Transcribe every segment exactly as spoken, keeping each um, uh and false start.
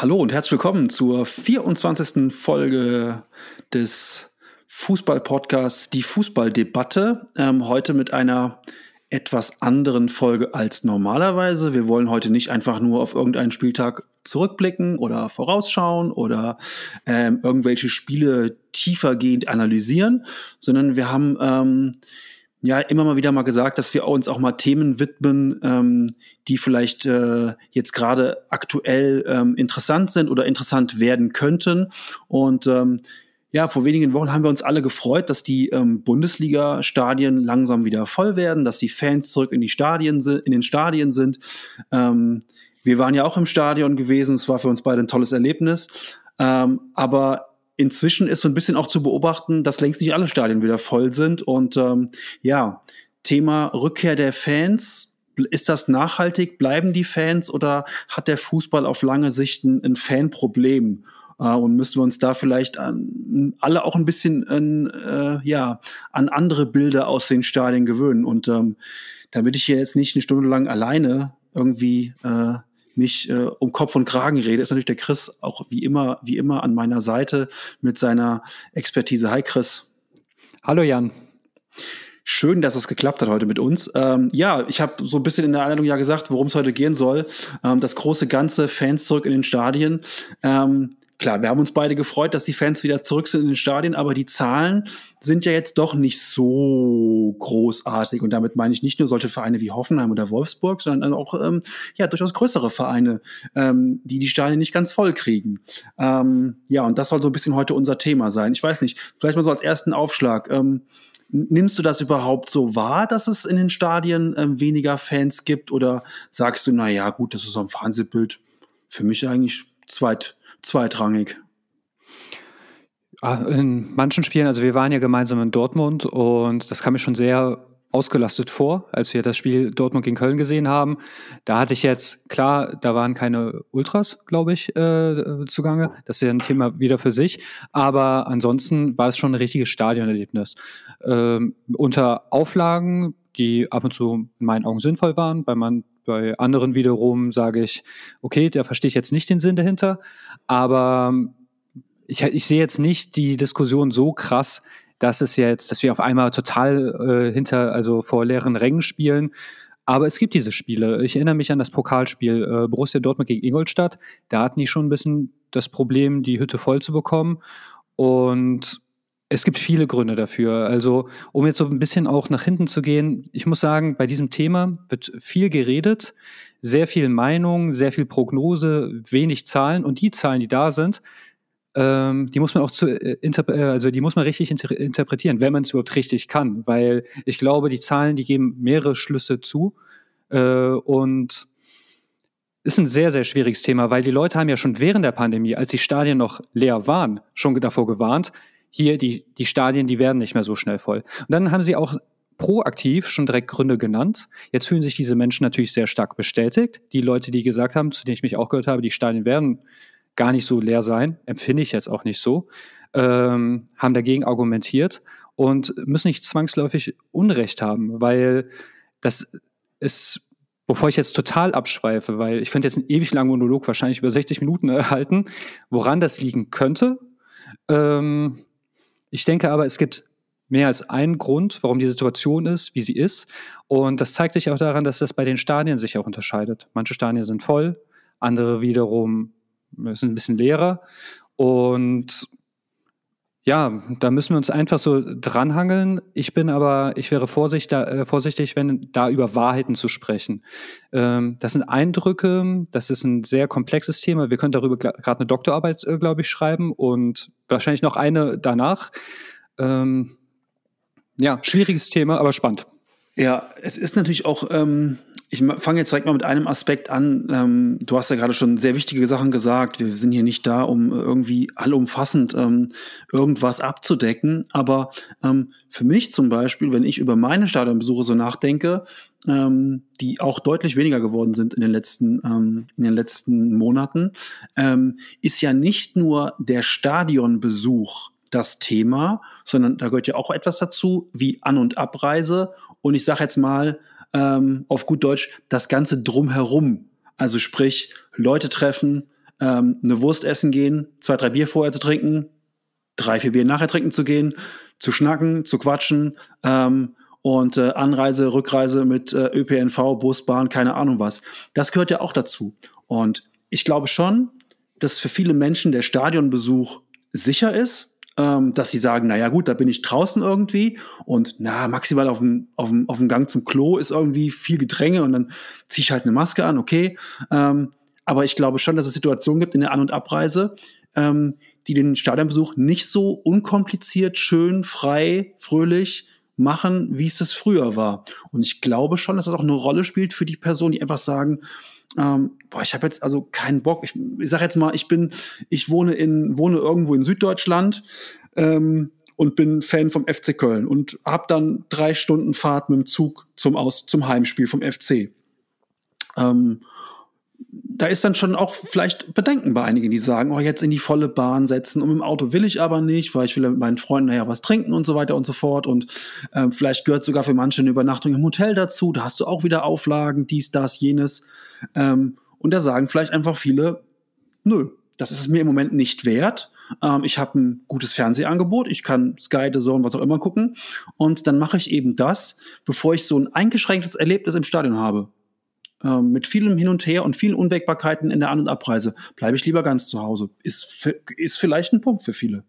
Hallo und herzlich willkommen zur vierundzwanzigsten Folge des Fußball-Podcasts Die Fußballdebatte. Ähm, heute mit einer etwas anderen Folge als normalerweise. Wir wollen heute nicht einfach nur auf irgendeinen Spieltag zurückblicken oder vorausschauen oder ähm, irgendwelche Spiele tiefergehend analysieren, sondern wir haben ähm, ja immer mal wieder mal gesagt, dass wir uns auch mal Themen widmen, ähm, die vielleicht äh, jetzt gerade aktuell ähm, interessant sind oder interessant werden könnten. Und ähm, ja, vor wenigen Wochen haben wir uns alle gefreut, dass die ähm, Bundesliga-Stadien langsam wieder voll werden, dass die Fans zurück in die Stadien sind, in den Stadien sind. Ähm, wir waren ja auch im Stadion gewesen, es war für uns beide ein tolles Erlebnis. Ähm, aber inzwischen ist so ein bisschen auch zu beobachten, dass längst nicht alle Stadien wieder voll sind. Und ähm, ja, Thema Rückkehr der Fans. Ist das nachhaltig? Bleiben die Fans oder hat der Fußball auf lange Sicht ein, ein Fanproblem? Äh, und müssen wir uns da vielleicht an, alle auch ein bisschen an, äh, ja, an andere Bilder aus den Stadien gewöhnen? Und ähm, damit ich hier jetzt nicht eine Stunde lang alleine irgendwie äh, mich äh, um Kopf und Kragen rede, ist natürlich der Chris auch wie immer, wie immer an meiner Seite mit seiner Expertise. Hi Chris. Hallo Jan. Schön, dass es geklappt hat heute mit uns. Ähm, ja, ich habe so ein bisschen in der Einleitung ja gesagt, worum es heute gehen soll. Ähm, das große Ganze, Fans zurück in den Stadien. Ähm, Klar, wir haben uns beide gefreut, dass die Fans wieder zurück sind in den Stadien, aber die Zahlen sind ja jetzt doch nicht so großartig. Und damit meine ich nicht nur solche Vereine wie Hoffenheim oder Wolfsburg, sondern auch ähm, ja, durchaus größere Vereine, ähm, die die Stadien nicht ganz voll kriegen. Ähm, ja, und das soll so ein bisschen heute unser Thema sein. Ich weiß nicht, vielleicht mal so als ersten Aufschlag. Ähm, Nimmst du das überhaupt so wahr, dass es in den Stadien ähm, weniger Fans gibt? Oder sagst du, na ja, gut, das ist so ein Fernsehbild für mich eigentlich zweit zweitrangig? In manchen Spielen, also wir waren ja gemeinsam in Dortmund und das kam mir schon sehr ausgelastet vor, als wir das Spiel Dortmund gegen Köln gesehen haben. Da hatte ich jetzt, klar, da waren keine Ultras, glaube ich, äh, zugange. Das ist ja ein Thema wieder für sich. Aber ansonsten war es schon ein richtiges Stadionerlebnis. Ähm, unter Auflagen, die ab und zu in meinen Augen sinnvoll waren. Bei, man, bei anderen wiederum sage ich, okay, da verstehe ich jetzt nicht den Sinn dahinter. Aber ich, ich sehe jetzt nicht die Diskussion so krass, dass es jetzt, dass wir auf einmal total äh, hinter, also vor leeren Rängen spielen. Aber es gibt diese Spiele. Ich erinnere mich an das Pokalspiel äh, Borussia Dortmund gegen Ingolstadt. Da hatten die schon ein bisschen das Problem, die Hütte voll zu bekommen. Und es gibt viele Gründe dafür. Also, um jetzt so ein bisschen auch nach hinten zu gehen, ich muss sagen, bei diesem Thema wird viel geredet, sehr viel Meinung, sehr viel Prognose, wenig Zahlen. Und die Zahlen, die da sind, ähm, die muss man auch zu, äh, interp- äh, also die muss man richtig inter- interpretieren, wenn man es überhaupt richtig kann. Weil ich glaube, die Zahlen, die geben mehrere Schlüsse zu. Äh, und ist ein sehr, sehr schwieriges Thema, weil die Leute haben ja schon während der Pandemie, als die Stadien noch leer waren, schon davor gewarnt, hier, die, die Stadien, die werden nicht mehr so schnell voll. Und dann haben sie auch proaktiv schon direkt Gründe genannt. Jetzt fühlen sich diese Menschen natürlich sehr stark bestätigt. Die Leute, die gesagt haben, zu denen ich mich auch gehört habe, die Stadien werden gar nicht so leer sein, empfinde ich jetzt auch nicht so, ähm, haben dagegen argumentiert und müssen nicht zwangsläufig Unrecht haben, weil das ist, bevor ich jetzt total abschweife, weil ich könnte jetzt einen ewig langen Monolog wahrscheinlich über sechzig Minuten erhalten, woran das liegen könnte. Ähm, ich denke aber, es gibt mehr als einen Grund, warum die Situation ist, wie sie ist. Und das zeigt sich auch daran, dass das bei den Stadien sich auch unterscheidet. Manche Stadien sind voll, andere wiederum sind ein bisschen leerer. Und ja, da müssen wir uns einfach so dranhangeln. Ich bin aber, ich wäre vorsichtig, äh, vorsichtig, wenn da über Wahrheiten zu sprechen. Ähm, das sind Eindrücke, das ist ein sehr komplexes Thema. Wir können darüber gerade eine Doktorarbeit, äh, glaube ich, schreiben und wahrscheinlich noch eine danach. Ähm, ja, schwieriges Thema, aber spannend. Ja, es ist natürlich auch, ähm, ich fange jetzt direkt mal mit einem Aspekt an. Ähm, du hast ja gerade schon sehr wichtige Sachen gesagt. Wir sind hier nicht da, um irgendwie allumfassend ähm, irgendwas abzudecken. Aber ähm, für mich zum Beispiel, wenn ich über meine Stadionbesuche so nachdenke, ähm, die auch deutlich weniger geworden sind in den letzten, ähm, in den letzten Monaten, ähm, ist ja nicht nur der Stadionbesuch das Thema, sondern da gehört ja auch etwas dazu, wie An- und Abreise. Und ich sage jetzt mal ähm, auf gut Deutsch, das Ganze drumherum. Also sprich, Leute treffen, ähm, eine Wurst essen gehen, zwei, drei Bier vorher zu trinken, drei, vier Bier nachher trinken zu gehen, zu schnacken, zu quatschen, ähm, und äh, Anreise, Rückreise mit äh, Ö P N V, Bus, Bahn, keine Ahnung was. Das gehört ja auch dazu. Und ich glaube schon, dass für viele Menschen der Stadionbesuch sicher ist, ähm, dass sie sagen, naja gut, da bin ich draußen irgendwie und na maximal auf dem, auf dem, auf dem Gang zum Klo ist irgendwie viel Gedränge und dann ziehe ich halt eine Maske an, okay. Ähm, aber ich glaube schon, dass es Situationen gibt in der An- und Abreise, ähm, die den Stadionbesuch nicht so unkompliziert, schön, frei, fröhlich machen, wie es das früher war. Und ich glaube schon, dass das auch eine Rolle spielt für die Personen, die einfach sagen, ähm, boah, ich habe jetzt also keinen Bock. Ich, ich sage jetzt mal, ich bin, ich wohne in wohne irgendwo in Süddeutschland ähm, und bin Fan vom F C Köln und habe dann drei Stunden Fahrt mit dem Zug zum Aus zum Heimspiel vom F C. Ähm, Da ist dann schon auch vielleicht Bedenken bei einigen, die sagen, oh, jetzt in die volle Bahn setzen und im Auto will ich aber nicht, weil ich will mit meinen Freunden nachher was trinken und so weiter und so fort und ähm, vielleicht gehört sogar für manche eine Übernachtung im Hotel dazu, da hast du auch wieder Auflagen, dies, das, jenes ähm, und da sagen vielleicht einfach viele, nö, das ist es mir im Moment nicht wert, ähm, ich habe ein gutes Fernsehangebot, ich kann Sky, The Zone, was auch immer gucken und dann mache ich eben das, bevor ich so ein eingeschränktes Erlebnis im Stadion habe. Mit vielem Hin und Her und vielen Unwägbarkeiten in der An- und Abreise bleibe ich lieber ganz zu Hause. Ist, ist vielleicht ein Punkt für viele.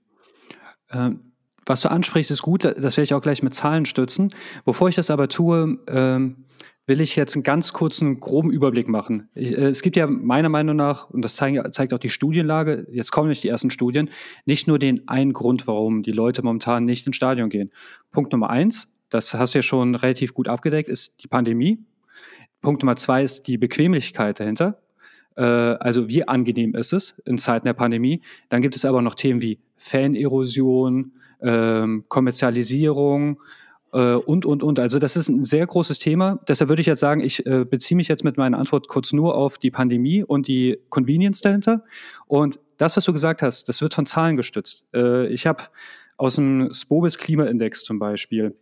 Ähm, was du ansprichst, ist gut. Das werde ich auch gleich mit Zahlen stützen. Bevor ich das aber tue, ähm, will ich jetzt einen ganz kurzen, groben Überblick machen. Ich, äh, es gibt ja meiner Meinung nach, und das zeigt, zeigt auch die Studienlage, jetzt kommen nicht die ersten Studien, nicht nur den einen Grund, warum die Leute momentan nicht ins Stadion gehen. Punkt Nummer eins, das hast du ja schon relativ gut abgedeckt, ist die Pandemie. Punkt Nummer zwei ist die Bequemlichkeit dahinter. Äh, also wie angenehm ist es in Zeiten der Pandemie. Dann gibt es aber noch Themen wie Fanerosion, ähm, Kommerzialisierung äh, und, und, und. Also das ist ein sehr großes Thema. Deshalb würde ich jetzt sagen, ich äh, beziehe mich jetzt mit meiner Antwort kurz nur auf die Pandemie und die Convenience dahinter. Und das, was du gesagt hast, das wird von Zahlen gestützt. Äh, ich habe aus dem Spobis Klimaindex zum Beispiel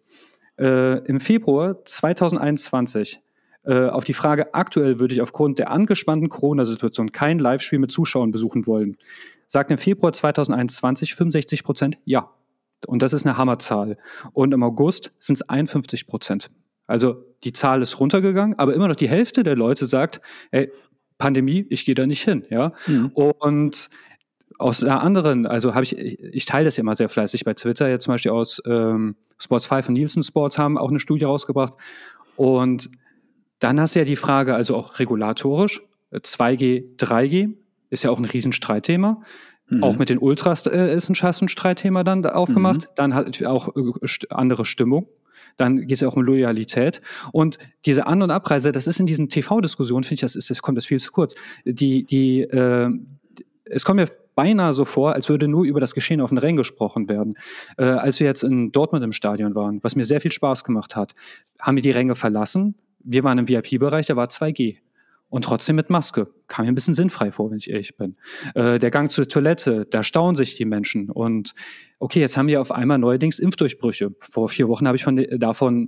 äh, im Februar zweitausendeinundzwanzig Äh, auf die Frage, aktuell würde ich aufgrund der angespannten Corona-Situation kein Live-Spiel mit Zuschauern besuchen wollen, sagt im Februar zweitausendeinundzwanzig fünfundsechzig Prozent ja. Und das ist eine Hammerzahl. Und im August sind es einundfünfzig Prozent. Also die Zahl ist runtergegangen, aber immer noch die Hälfte der Leute sagt, ey, Pandemie, ich gehe da nicht hin. Ja? Mhm. Und aus einer anderen, also habe ich, ich teile das ja immer sehr fleißig bei Twitter, jetzt zum Beispiel aus ähm, Sports fünf und Nielsen Sports haben auch eine Studie rausgebracht. Und dann hast du ja die Frage, also auch regulatorisch, zwei G, drei G ist ja auch ein Riesenstreitthema. Mhm. Auch mit den Ultras äh, ist ein Streitthema dann aufgemacht. Mhm. Dann hat auch äh, andere Stimmung. Dann geht es ja auch um Loyalität. Und diese An- und Abreise, das ist in diesen T V-Diskussionen, finde ich, das, ist, das kommt das viel zu kurz. Die, die, äh, es kommt mir beinahe so vor, als würde nur über das Geschehen auf den Rängen gesprochen werden. Äh, als wir jetzt in Dortmund im Stadion waren, was mir sehr viel Spaß gemacht hat, haben wir die Ränge verlassen. Wir waren im V I P-Bereich, da war zwei G. Und trotzdem mit Maske. Kam mir ein bisschen sinnfrei vor, wenn ich ehrlich bin. Äh, der Gang zur Toilette, da staunen sich die Menschen. Und okay, jetzt haben wir auf einmal neuerdings Impfdurchbrüche. Vor vier Wochen habe ich von, davon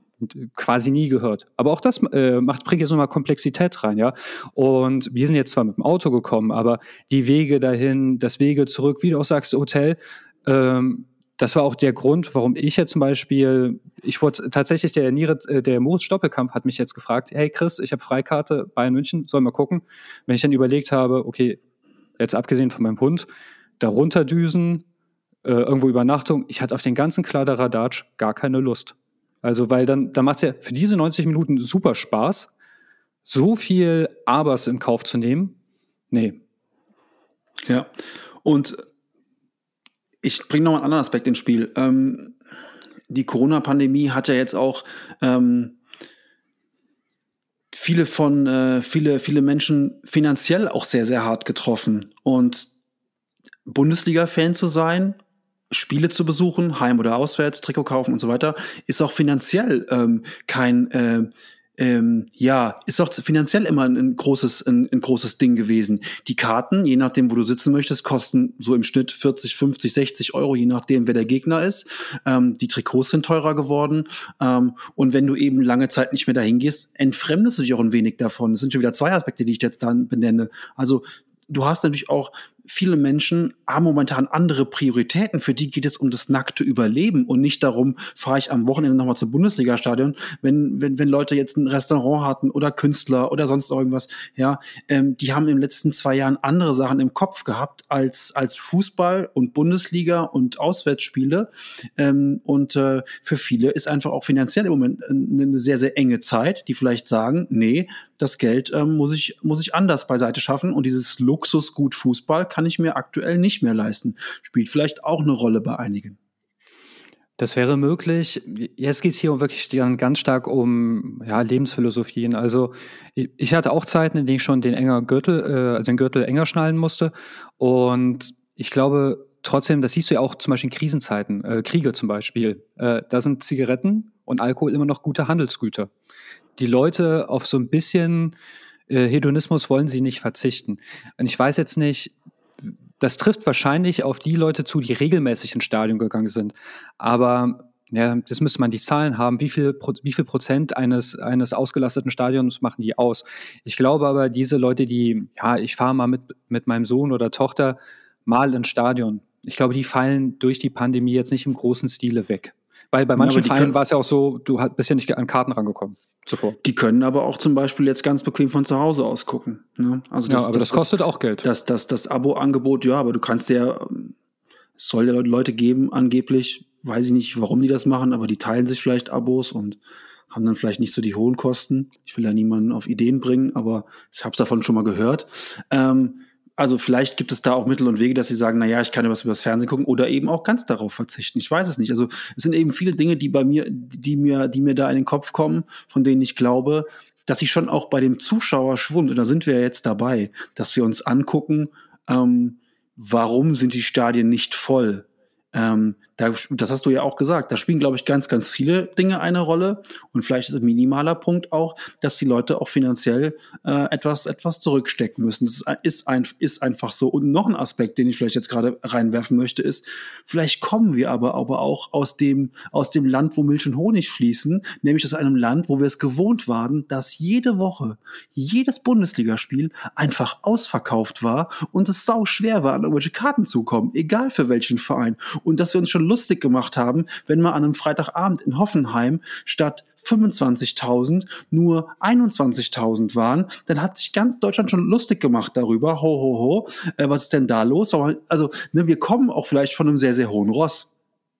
quasi nie gehört. Aber auch das äh, macht, bringt jetzt nochmal Komplexität rein, ja. Und wir sind jetzt zwar mit dem Auto gekommen, aber die Wege dahin, das Wege zurück, wie du auch sagst, Hotel, ähm, das war auch der Grund, warum ich jetzt zum Beispiel, ich wurde tatsächlich, der, der Moritz Stoppelkamp hat mich jetzt gefragt, hey Chris, ich habe Freikarte, Bayern München, sollen wir gucken? Wenn ich dann überlegt habe, okay, jetzt abgesehen von meinem Hund, da runterdüsen, äh, irgendwo Übernachtung, ich hatte auf den ganzen Kladderadatsch gar keine Lust. Also, weil dann, dann macht es ja für diese neunzig Minuten super Spaß, so viel Abers in Kauf zu nehmen. Nee. Ja, und ich bringe noch einen anderen Aspekt ins Spiel. Ähm, die Corona-Pandemie hat ja jetzt auch ähm, viele von äh, viele viele Menschen finanziell auch sehr sehr hart getroffen. Und Bundesliga-Fan zu sein, Spiele zu besuchen, heim oder auswärts, Trikot kaufen und so weiter, ist auch finanziell ähm, kein äh, Ähm, ja, ist auch finanziell immer ein, ein großes, ein, ein großes Ding gewesen. Die Karten, je nachdem, wo du sitzen möchtest, kosten so im Schnitt vierzig, fünfzig, sechzig Euro, je nachdem, wer der Gegner ist. Ähm, die Trikots sind teurer geworden. Ähm, und wenn du eben lange Zeit nicht mehr dahin gehst, entfremdest du dich auch ein wenig davon. Das sind schon wieder zwei Aspekte, die ich jetzt dann benenne. Also du hast natürlich auch viele Menschen haben momentan andere Prioritäten. Für die geht es um das nackte Überleben und nicht darum, fahre ich am Wochenende nochmal zum Bundesliga-Stadion. Wenn, wenn, wenn Leute jetzt ein Restaurant hatten oder Künstler oder sonst irgendwas, ja, ähm, die haben in den letzten zwei Jahren andere Sachen im Kopf gehabt als, als Fußball und Bundesliga und Auswärtsspiele. Ähm, und äh, für viele ist einfach auch finanziell im Moment eine sehr, sehr enge Zeit, die vielleicht sagen, nee, das Geld ähm, muss ich, muss ich anders beiseite schaffen und dieses Luxusgut Fußball kann ich mir aktuell nicht mehr leisten. Spielt vielleicht auch eine Rolle bei einigen. Das wäre möglich. Jetzt geht es hier wirklich dann ganz stark um ja, Lebensphilosophien. Also ich hatte auch Zeiten, in denen ich schon den enger Gürtel, äh, also den Gürtel enger schnallen musste. Und ich glaube trotzdem, das siehst du ja auch zum Beispiel in Krisenzeiten, äh, Kriege zum Beispiel. Äh, da sind Zigaretten und Alkohol immer noch gute Handelsgüter. Die Leute auf so ein bisschen äh, Hedonismus wollen sie nicht verzichten. Und ich weiß jetzt nicht, das trifft wahrscheinlich auf die Leute zu, die regelmäßig ins Stadion gegangen sind. Aber ja, das müsste man die Zahlen haben. Wie viel, wie viel Prozent eines, eines ausgelasteten Stadions machen die aus? Ich glaube aber, diese Leute, die, ja, ich fahre mal mit, mit meinem Sohn oder Tochter mal ins Stadion. Ich glaube, die fallen durch die Pandemie jetzt nicht im großen Stile weg. Weil bei manchen ja, Vereinen war es ja auch so, du bist ja nicht an Karten rangekommen zuvor. Die können aber auch zum Beispiel jetzt ganz bequem von zu Hause aus gucken. Ne? Also das, ja, aber das, das kostet das, auch Geld. Das, das, das Abo-Angebot, ja, aber du kannst ja, es soll ja Leute geben, angeblich, weiß ich nicht, warum die das machen, aber die teilen sich vielleicht Abos und haben dann vielleicht nicht so die hohen Kosten. Ich will ja niemanden auf Ideen bringen, aber ich habe es davon schon mal gehört. Ähm, Also vielleicht gibt es da auch Mittel und Wege, dass sie sagen, na ja, ich kann ja was über das Fernsehen gucken oder eben auch ganz darauf verzichten. Ich weiß es nicht. Also es sind eben viele Dinge, die bei mir, die mir, die mir da in den Kopf kommen, von denen ich glaube, dass ich schon auch bei dem Zuschauerschwund, und da sind wir ja jetzt dabei, dass wir uns angucken, ähm, warum sind die Stadien nicht voll? Ähm, da, das hast du ja auch gesagt. Da spielen, glaube ich, ganz, ganz viele Dinge eine Rolle. Und vielleicht ist ein minimaler Punkt auch, dass die Leute auch finanziell äh, etwas, etwas zurückstecken müssen. Das ist, ein, ist einfach so. Und noch ein Aspekt, den ich vielleicht jetzt gerade reinwerfen möchte, ist, vielleicht kommen wir aber, aber auch aus dem, aus dem Land, wo Milch und Honig fließen, nämlich aus einem Land, wo wir es gewohnt waren, dass jede Woche, jedes Bundesligaspiel einfach ausverkauft war und es sau schwer war, an irgendwelche Karten zu kommen, egal für welchen Verein. Und dass wir uns schon lustig gemacht haben, wenn wir an einem Freitagabend in Hoffenheim statt fünfundzwanzigtausend nur einundzwanzigtausend waren, dann hat sich ganz Deutschland schon lustig gemacht darüber. Ho, ho, ho. Äh, was ist denn da los? Also, ne, wir kommen auch vielleicht von einem sehr, sehr hohen Ross.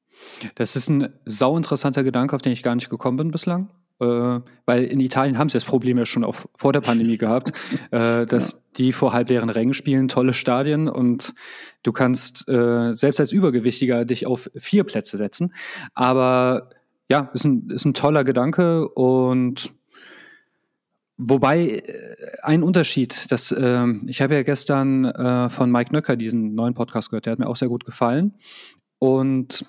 Das ist ein sau interessanter Gedanke, auf den ich gar nicht gekommen bin bislang. Äh, weil in Italien haben sie das Problem ja schon auch vor der Pandemie gehabt, äh, dass ja. die vor halbleeren Rängen spielen, tolle Stadien und du kannst äh, selbst als Übergewichtiger dich auf vier Plätze setzen. Aber ja, ist ein, ist ein toller Gedanke und wobei ein Unterschied, das, äh, ich habe ja gestern äh, von Mike Nöcker diesen neuen Podcast gehört, der hat mir auch sehr gut gefallen und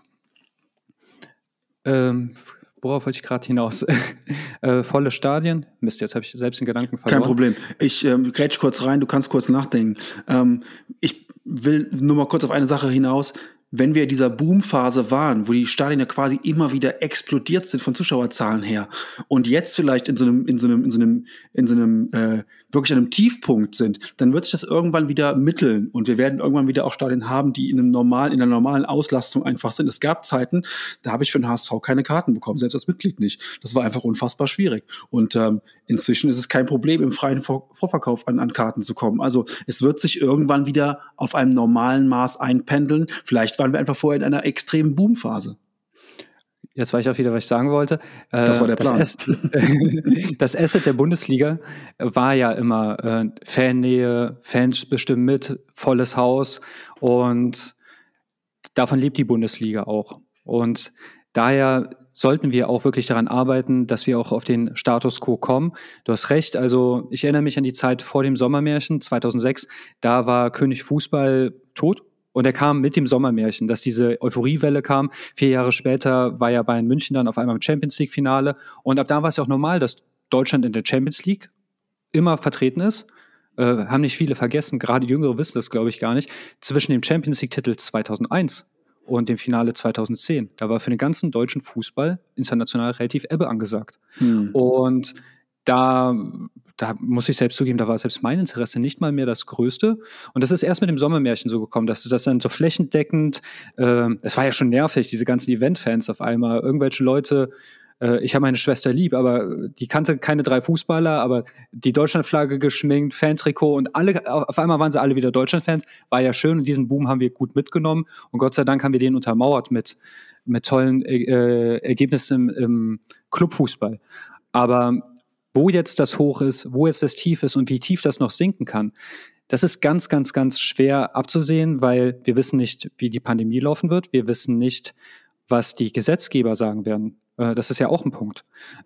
ähm, worauf wollte ich gerade hinaus? äh, volle Stadien. Mist, jetzt habe ich selbst den Gedanken verloren. Kein Problem. Ich ähm, grätsch kurz rein, du kannst kurz nachdenken. Ähm, ich will nur mal kurz auf eine Sache hinaus. Wenn wir in dieser Boomphase waren, wo die Stadien ja quasi immer wieder explodiert sind von Zuschauerzahlen her und jetzt vielleicht in so einem, in so einem, in so einem, in so einem äh, wirklich einem Tiefpunkt sind, dann wird sich das irgendwann wieder mitteln und wir werden irgendwann wieder auch Stadien haben, die in einem normalen, in einer normalen Auslastung einfach sind. Es gab Zeiten, da habe ich für den H S V keine Karten bekommen, selbst als Mitglied nicht. Das war einfach unfassbar schwierig. Und ähm, inzwischen ist es kein Problem, im freien Vor- Vorverkauf an, an Karten zu kommen. Also es wird sich irgendwann wieder auf einem normalen Maß einpendeln. Vielleicht waren wir einfach vorher in einer extremen Boomphase. Jetzt weiß ich auch wieder, was ich sagen wollte. Das war der Plan. Das, As- das Asset der Bundesliga war ja immer äh, Fannähe, Fans bestimmen mit, volles Haus und davon lebt die Bundesliga auch. Und daher sollten wir auch wirklich daran arbeiten, dass wir auch auf den Status quo kommen. Du hast recht, also ich erinnere mich an die Zeit vor dem Sommermärchen zweitausendsechs, da war König Fußball tot. Und er kam mit dem Sommermärchen, dass diese Euphoriewelle kam. Vier Jahre später war ja Bayern München dann auf einmal im Champions-League-Finale. Und ab da war es ja auch normal, dass Deutschland in der Champions League immer vertreten ist. Äh, haben nicht viele vergessen, gerade Jüngere wissen das, glaube ich, gar nicht. Zwischen dem Champions-League-Titel zweitausendeins und dem Finale zweitausendzehn, da war für den ganzen deutschen Fußball international relativ Ebbe angesagt. Hm. Und da... da muss ich selbst zugeben, da war selbst mein Interesse nicht mal mehr das Größte. Und das ist erst mit dem Sommermärchen so gekommen, dass das dann so flächendeckend, äh, das war ja schon nervig, diese ganzen Event-Fans auf einmal, irgendwelche Leute, äh, ich habe meine Schwester lieb, aber die kannte keine drei Fußballer, aber die Deutschlandflagge geschminkt, Fantrikot und alle, auf einmal waren sie alle wieder Deutschlandfans, war ja schön und diesen Boom haben wir gut mitgenommen und Gott sei Dank haben wir den untermauert mit, mit tollen äh, Ergebnissen im, im Clubfußball. Aber wo jetzt das Hoch ist, wo jetzt das Tief ist und wie tief das noch sinken kann, das ist ganz, ganz, ganz schwer abzusehen, weil wir wissen nicht, wie die Pandemie laufen wird. Wir wissen nicht, was die Gesetzgeber sagen werden. Äh, das ist ja auch ein Punkt.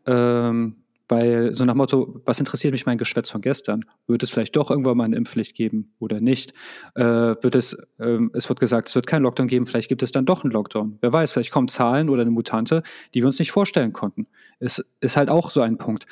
Ähm, weil so nach Motto, was interessiert mich mein Geschwätz von gestern? Wird es vielleicht doch irgendwann mal eine Impfpflicht geben oder nicht? Äh, wird es, äh, es wird gesagt, es wird keinen Lockdown geben, vielleicht gibt es dann doch einen Lockdown. Wer weiß, vielleicht kommen Zahlen oder eine Mutante, die wir uns nicht vorstellen konnten. Es ist halt auch so ein Punkt.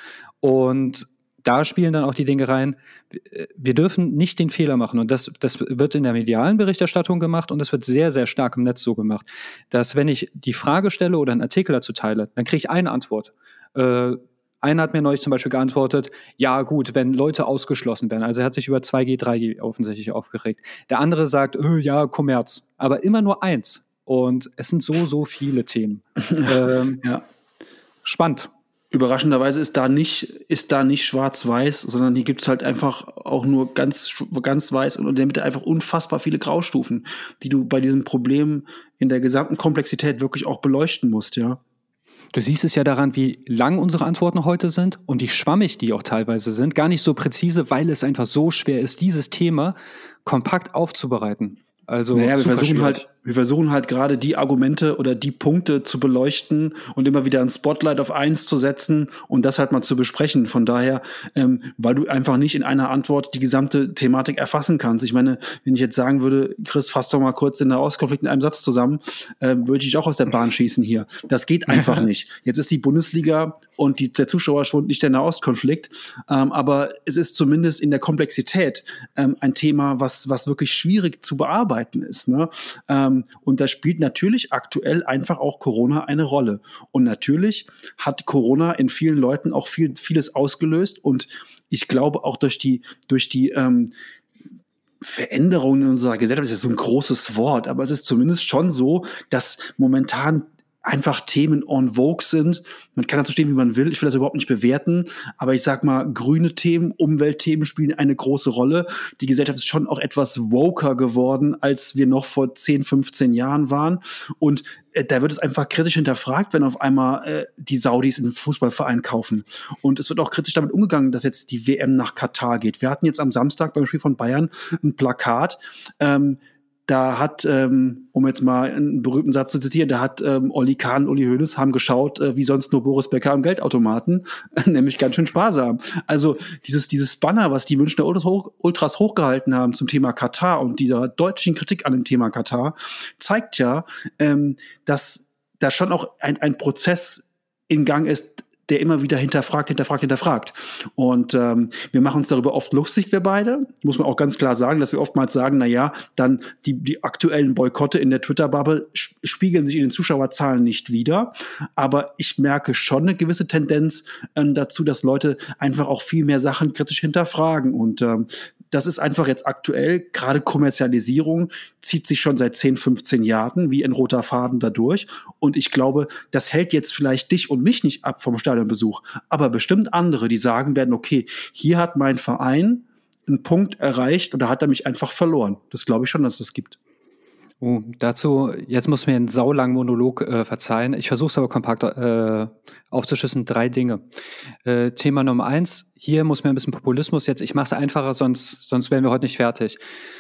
Und da spielen dann auch die Dinge rein, wir dürfen nicht den Fehler machen und das, das wird in der medialen Berichterstattung gemacht und das wird sehr, sehr stark im Netz so gemacht, dass wenn ich die Frage stelle oder einen Artikel dazu teile, dann kriege ich eine Antwort. Äh, einer hat mir neulich zum Beispiel geantwortet, ja gut, wenn Leute ausgeschlossen werden, also er hat sich über zwei G, drei G offensichtlich aufgeregt. Der andere sagt, öh, ja, Kommerz, aber immer nur eins und es sind so, so viele Themen. ähm, ja. Spannend. Überraschenderweise ist da nicht, ist da nicht schwarz-weiß, sondern hier gibt es halt einfach auch nur ganz, ganz weiß und in der Mitte einfach unfassbar viele Graustufen, die du bei diesem Problem in der gesamten Komplexität wirklich auch beleuchten musst, ja. Du siehst es ja daran, wie lang unsere Antworten heute sind und wie schwammig die auch teilweise sind. Gar nicht so präzise, weil es einfach so schwer ist, dieses Thema kompakt aufzubereiten. Also naja, wir versuchen schwierig. halt, wir versuchen halt gerade die Argumente oder die Punkte zu beleuchten und immer wieder ein Spotlight auf eins zu setzen und das halt mal zu besprechen. Von daher, ähm, weil du einfach nicht in einer Antwort die gesamte Thematik erfassen kannst. Ich meine, wenn ich jetzt sagen würde, Chris, fass doch mal kurz den Nahostkonflikt in einem Satz zusammen, äh, würde ich auch aus der Bahn schießen hier. Das geht einfach nicht. Jetzt ist die Bundesliga und die, der Zuschauerschwund nicht der Nahostkonflikt, ähm, aber es ist zumindest in der Komplexität ähm, ein Thema, was, was wirklich schwierig zu bearbeiten ist, ne? Ähm, und da spielt natürlich aktuell einfach auch Corona eine Rolle. Und natürlich hat Corona in vielen Leuten auch viel, vieles ausgelöst. Und ich glaube auch durch die, durch die ähm, Veränderungen in unserer Gesellschaft, das ist so ein großes Wort, aber es ist zumindest schon so, dass momentan einfach Themen en vogue sind. Man kann dazu stehen, wie man will. Ich will das überhaupt nicht bewerten. Aber ich sag mal, grüne Themen, Umweltthemen spielen eine große Rolle. Die Gesellschaft ist schon auch etwas woker geworden, als wir noch vor zehn, fünfzehn Jahren waren. Und äh, da wird es einfach kritisch hinterfragt, wenn auf einmal äh, die Saudis einen Fußballverein kaufen. Und es wird auch kritisch damit umgegangen, dass jetzt die W M nach Katar geht. Wir hatten jetzt am Samstag beim Spiel von Bayern ein Plakat, ähm, Da hat, ähm, um jetzt mal einen berühmten Satz zu zitieren, da hat ähm, Olli Kahn, Uli Hoeneß haben geschaut, äh, wie sonst nur Boris Becker am Geldautomaten, nämlich ganz schön sparsam. Also dieses dieses Banner, was die Münchner Ultras, hoch, Ultras hochgehalten haben zum Thema Katar und dieser deutlichen Kritik an dem Thema Katar, zeigt ja, ähm, dass da schon auch ein, ein Prozess in Gang ist, der immer wieder hinterfragt, hinterfragt, hinterfragt. Und ähm, wir machen uns darüber oft lustig, wir beide. Muss man auch ganz klar sagen, dass wir oftmals sagen, na ja, dann die, die aktuellen Boykotte in der Twitter-Bubble spiegeln sich in den Zuschauerzahlen nicht wider. Aber ich merke schon eine gewisse Tendenz ähm, dazu, dass Leute einfach auch viel mehr Sachen kritisch hinterfragen. Und ähm, das ist einfach jetzt aktuell, gerade Kommerzialisierung zieht sich schon seit zehn, fünfzehn Jahren wie ein roter Faden dadurch. Und ich glaube, das hält jetzt vielleicht dich und mich nicht ab vom Stadionbesuch, aber bestimmt andere, die sagen werden, okay, hier hat mein Verein einen Punkt erreicht und da hat er mich einfach verloren. Das glaube ich schon, dass es das gibt. Oh, dazu, jetzt muss mir einen saulangen Monolog äh, verzeihen. Ich versuche es aber kompakt äh, aufzuschlüsseln. Drei Dinge. Äh, Thema Nummer eins, hier muss mir ein bisschen Populismus jetzt, ich mache es einfacher, sonst, sonst wären wir heute nicht fertig.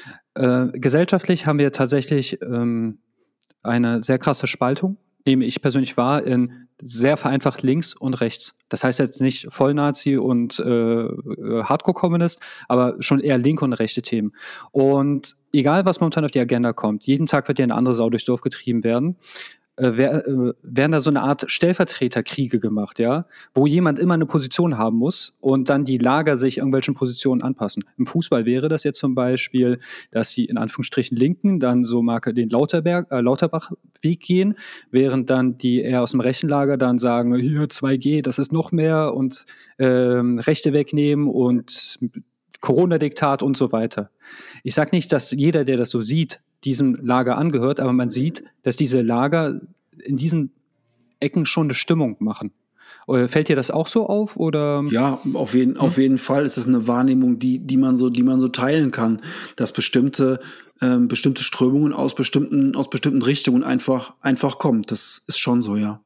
Äh, gesellschaftlich haben wir tatsächlich ähm, eine sehr krasse Spaltung, nehme ich persönlich wahr, in sehr vereinfacht links und rechts. Das heißt jetzt nicht Vollnazi und äh, Hardcore-Kommunist, aber schon eher linke und rechte Themen. Und egal, was momentan auf die Agenda kommt, jeden Tag wird ja eine andere Sau durchs Dorf getrieben werden. äh, wär, äh, werden da so eine Art Stellvertreterkriege gemacht, ja, wo jemand immer eine Position haben muss und dann die Lager sich irgendwelchen Positionen anpassen. Im Fußball wäre das jetzt zum Beispiel, dass die in Anführungsstrichen Linken dann so Marke den Lauterberg, äh, Lauterbach-Weg gehen, während dann die eher aus dem rechten Lager dann sagen, hier zwei G, das ist noch mehr und ähm, Rechte wegnehmen und Corona-Diktat und so weiter. Ich sage nicht, dass jeder, der das so sieht, diesem Lager angehört, aber man sieht, dass diese Lager in diesen Ecken schon eine Stimmung machen. Fällt dir das auch so auf? Oder? Ja, auf jeden, hm? auf jeden Fall ist es eine Wahrnehmung, die, die, man so, die man so teilen kann, dass bestimmte, ähm, bestimmte Strömungen aus bestimmten, aus bestimmten Richtungen einfach, einfach kommen. Das ist schon so, ja.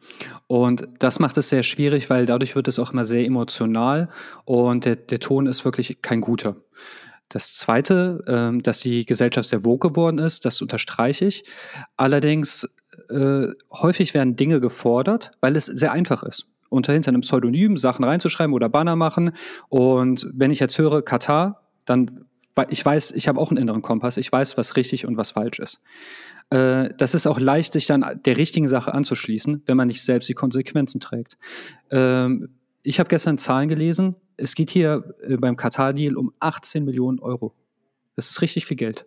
Und das macht es sehr schwierig, weil dadurch wird es auch immer sehr emotional und der, der Ton ist wirklich kein guter. Das Zweite, ähm, dass die Gesellschaft sehr woke geworden ist, das unterstreiche ich. Allerdings äh, häufig werden Dinge gefordert, weil es sehr einfach ist, unter hinter einem Pseudonym Sachen reinzuschreiben oder Banner machen. Und wenn ich jetzt höre Katar, dann ich weiß, ich habe auch einen inneren Kompass, ich weiß, was richtig und was falsch ist. Äh, das ist auch leicht, sich dann der richtigen Sache anzuschließen, wenn man nicht selbst die Konsequenzen trägt. Ähm, ich habe gestern Zahlen gelesen, es geht hier äh, beim Katar-Deal um achtzehn Millionen Euro. Das ist richtig viel Geld.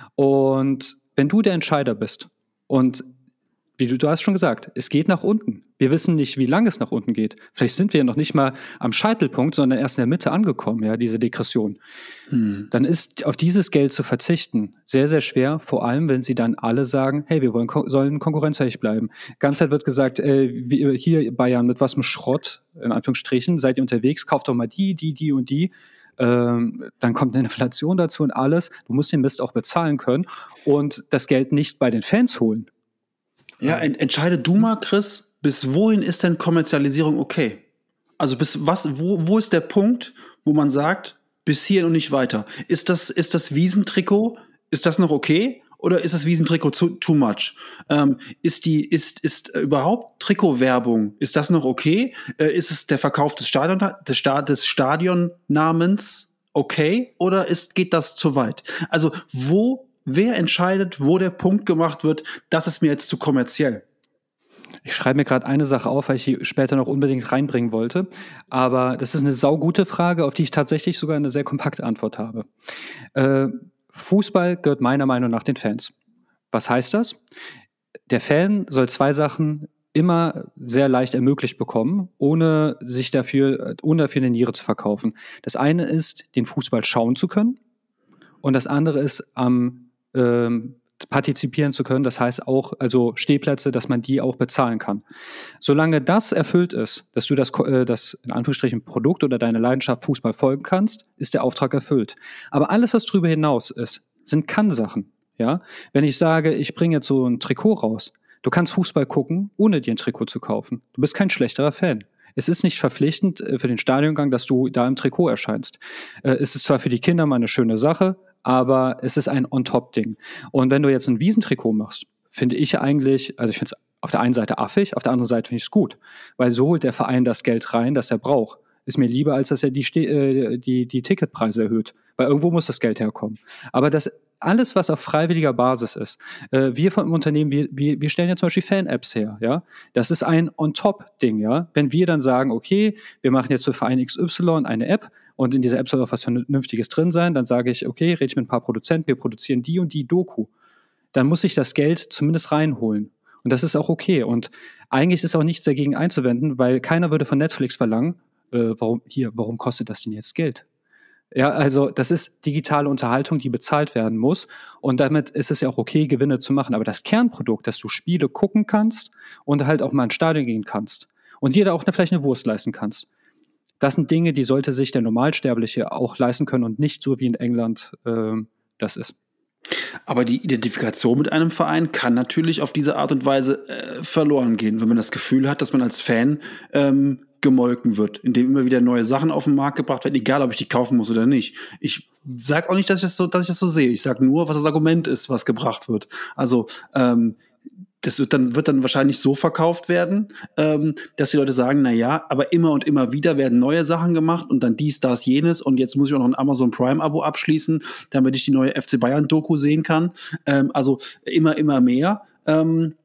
Und wenn du der Entscheider bist und wie du, du hast schon gesagt, es geht nach unten. Wir wissen nicht, wie lange es nach unten geht. Vielleicht sind wir ja noch nicht mal am Scheitelpunkt, sondern erst in der Mitte angekommen, ja, diese Degression. Hm. Dann ist auf dieses Geld zu verzichten sehr, sehr schwer, vor allem, wenn sie dann alle sagen, hey, wir wollen, sollen konkurrenzfähig bleiben. Ganz Zeit wird gesagt, äh, wie, hier Bayern, mit was mit Schrott, in Anführungsstrichen, seid ihr unterwegs, kauft doch mal die, die, die und die. Ähm, dann kommt eine Inflation dazu und alles. Du musst den Mist auch bezahlen können und das Geld nicht bei den Fans holen. Ja, ent- entscheide du mal, Chris, bis wohin ist denn Kommerzialisierung okay? Also bis was, wo, wo ist der Punkt, wo man sagt, bis hier und nicht weiter? Ist das, ist das Wiesentrikot, ist das noch okay? Oder ist das Wiesentrikot too, too much? Ähm, ist die, ist, ist überhaupt Trikotwerbung, ist das noch okay? Äh, ist es der Verkauf des Stadion, des, Sta- des Stadionnamens okay? Oder ist, geht das zu weit? Also, wo Wer entscheidet, wo der Punkt gemacht wird, das ist mir jetzt zu kommerziell? Ich schreibe mir gerade eine Sache auf, weil ich die später noch unbedingt reinbringen wollte. Aber das ist eine saugute Frage, auf die ich tatsächlich sogar eine sehr kompakte Antwort habe. Äh, Fußball gehört meiner Meinung nach den Fans. Was heißt das? Der Fan soll zwei Sachen immer sehr leicht ermöglicht bekommen, ohne sich dafür, ohne dafür eine Niere zu verkaufen. Das eine ist, den Fußball schauen zu können. Und das andere ist, am ähm, partizipieren zu können. Das heißt auch, also Stehplätze, dass man die auch bezahlen kann. Solange das erfüllt ist, dass du das, äh, das in Anführungsstrichen Produkt oder deine Leidenschaft Fußball folgen kannst, ist der Auftrag erfüllt. Aber alles, was darüber hinaus ist, sind Kann-Sachen. Ja? Wenn ich sage, ich bringe jetzt so ein Trikot raus, du kannst Fußball gucken, ohne dir ein Trikot zu kaufen. Du bist kein schlechterer Fan. Es ist nicht verpflichtend äh, für den Stadiongang, dass du da im Trikot erscheinst. Äh, es ist zwar für die Kinder mal eine schöne Sache, aber es ist ein On-Top-Ding. Und wenn du jetzt ein Wiesentrikot machst, finde ich eigentlich, also ich finde es auf der einen Seite affig, auf der anderen Seite finde ich es gut, weil so holt der Verein das Geld rein, das er braucht. Ist mir lieber, als dass er die, äh, die, die Ticketpreise erhöht, weil irgendwo muss das Geld herkommen. Aber das alles, was auf freiwilliger Basis ist, äh, wir vom Unternehmen, wir, wir, wir stellen ja zum Beispiel Fan-Apps her, ja. Das ist ein On-Top-Ding, ja. Wenn wir dann sagen, okay, wir machen jetzt für Verein X Y eine App und in dieser App soll auch was Vernünftiges drin sein, dann sage ich, okay, rede ich mit ein paar Produzenten, wir produzieren die und die Doku. Dann muss ich das Geld zumindest reinholen. Und das ist auch okay. Und eigentlich ist auch nichts dagegen einzuwenden, weil keiner würde von Netflix verlangen, äh, warum, hier, warum kostet das denn jetzt Geld? Ja, also das ist digitale Unterhaltung, die bezahlt werden muss und damit ist es ja auch okay, Gewinne zu machen. Aber das Kernprodukt, dass du Spiele gucken kannst und halt auch mal ins Stadion gehen kannst und dir da auch eine, vielleicht eine Wurst leisten kannst, das sind Dinge, die sollte sich der Normalsterbliche auch leisten können und nicht so wie in England äh, das ist. Aber die Identifikation mit einem Verein kann natürlich auf diese Art und Weise äh, verloren gehen, wenn man das Gefühl hat, dass man als Fan ähm, gemolken wird, indem immer wieder neue Sachen auf den Markt gebracht werden, egal ob ich die kaufen muss oder nicht. Ich sage auch nicht, dass ich das so, dass ich das so sehe. Ich sage nur, was das Argument ist, was gebracht wird. Also ähm, das wird dann, wird dann wahrscheinlich so verkauft werden, ähm, dass die Leute sagen, na ja, aber immer und immer wieder werden neue Sachen gemacht und dann dies, das, jenes und jetzt muss ich auch noch ein Amazon Prime-Abo abschließen, damit ich die neue F C Bayern-Doku sehen kann. Ähm, also immer, immer mehr. Ähm,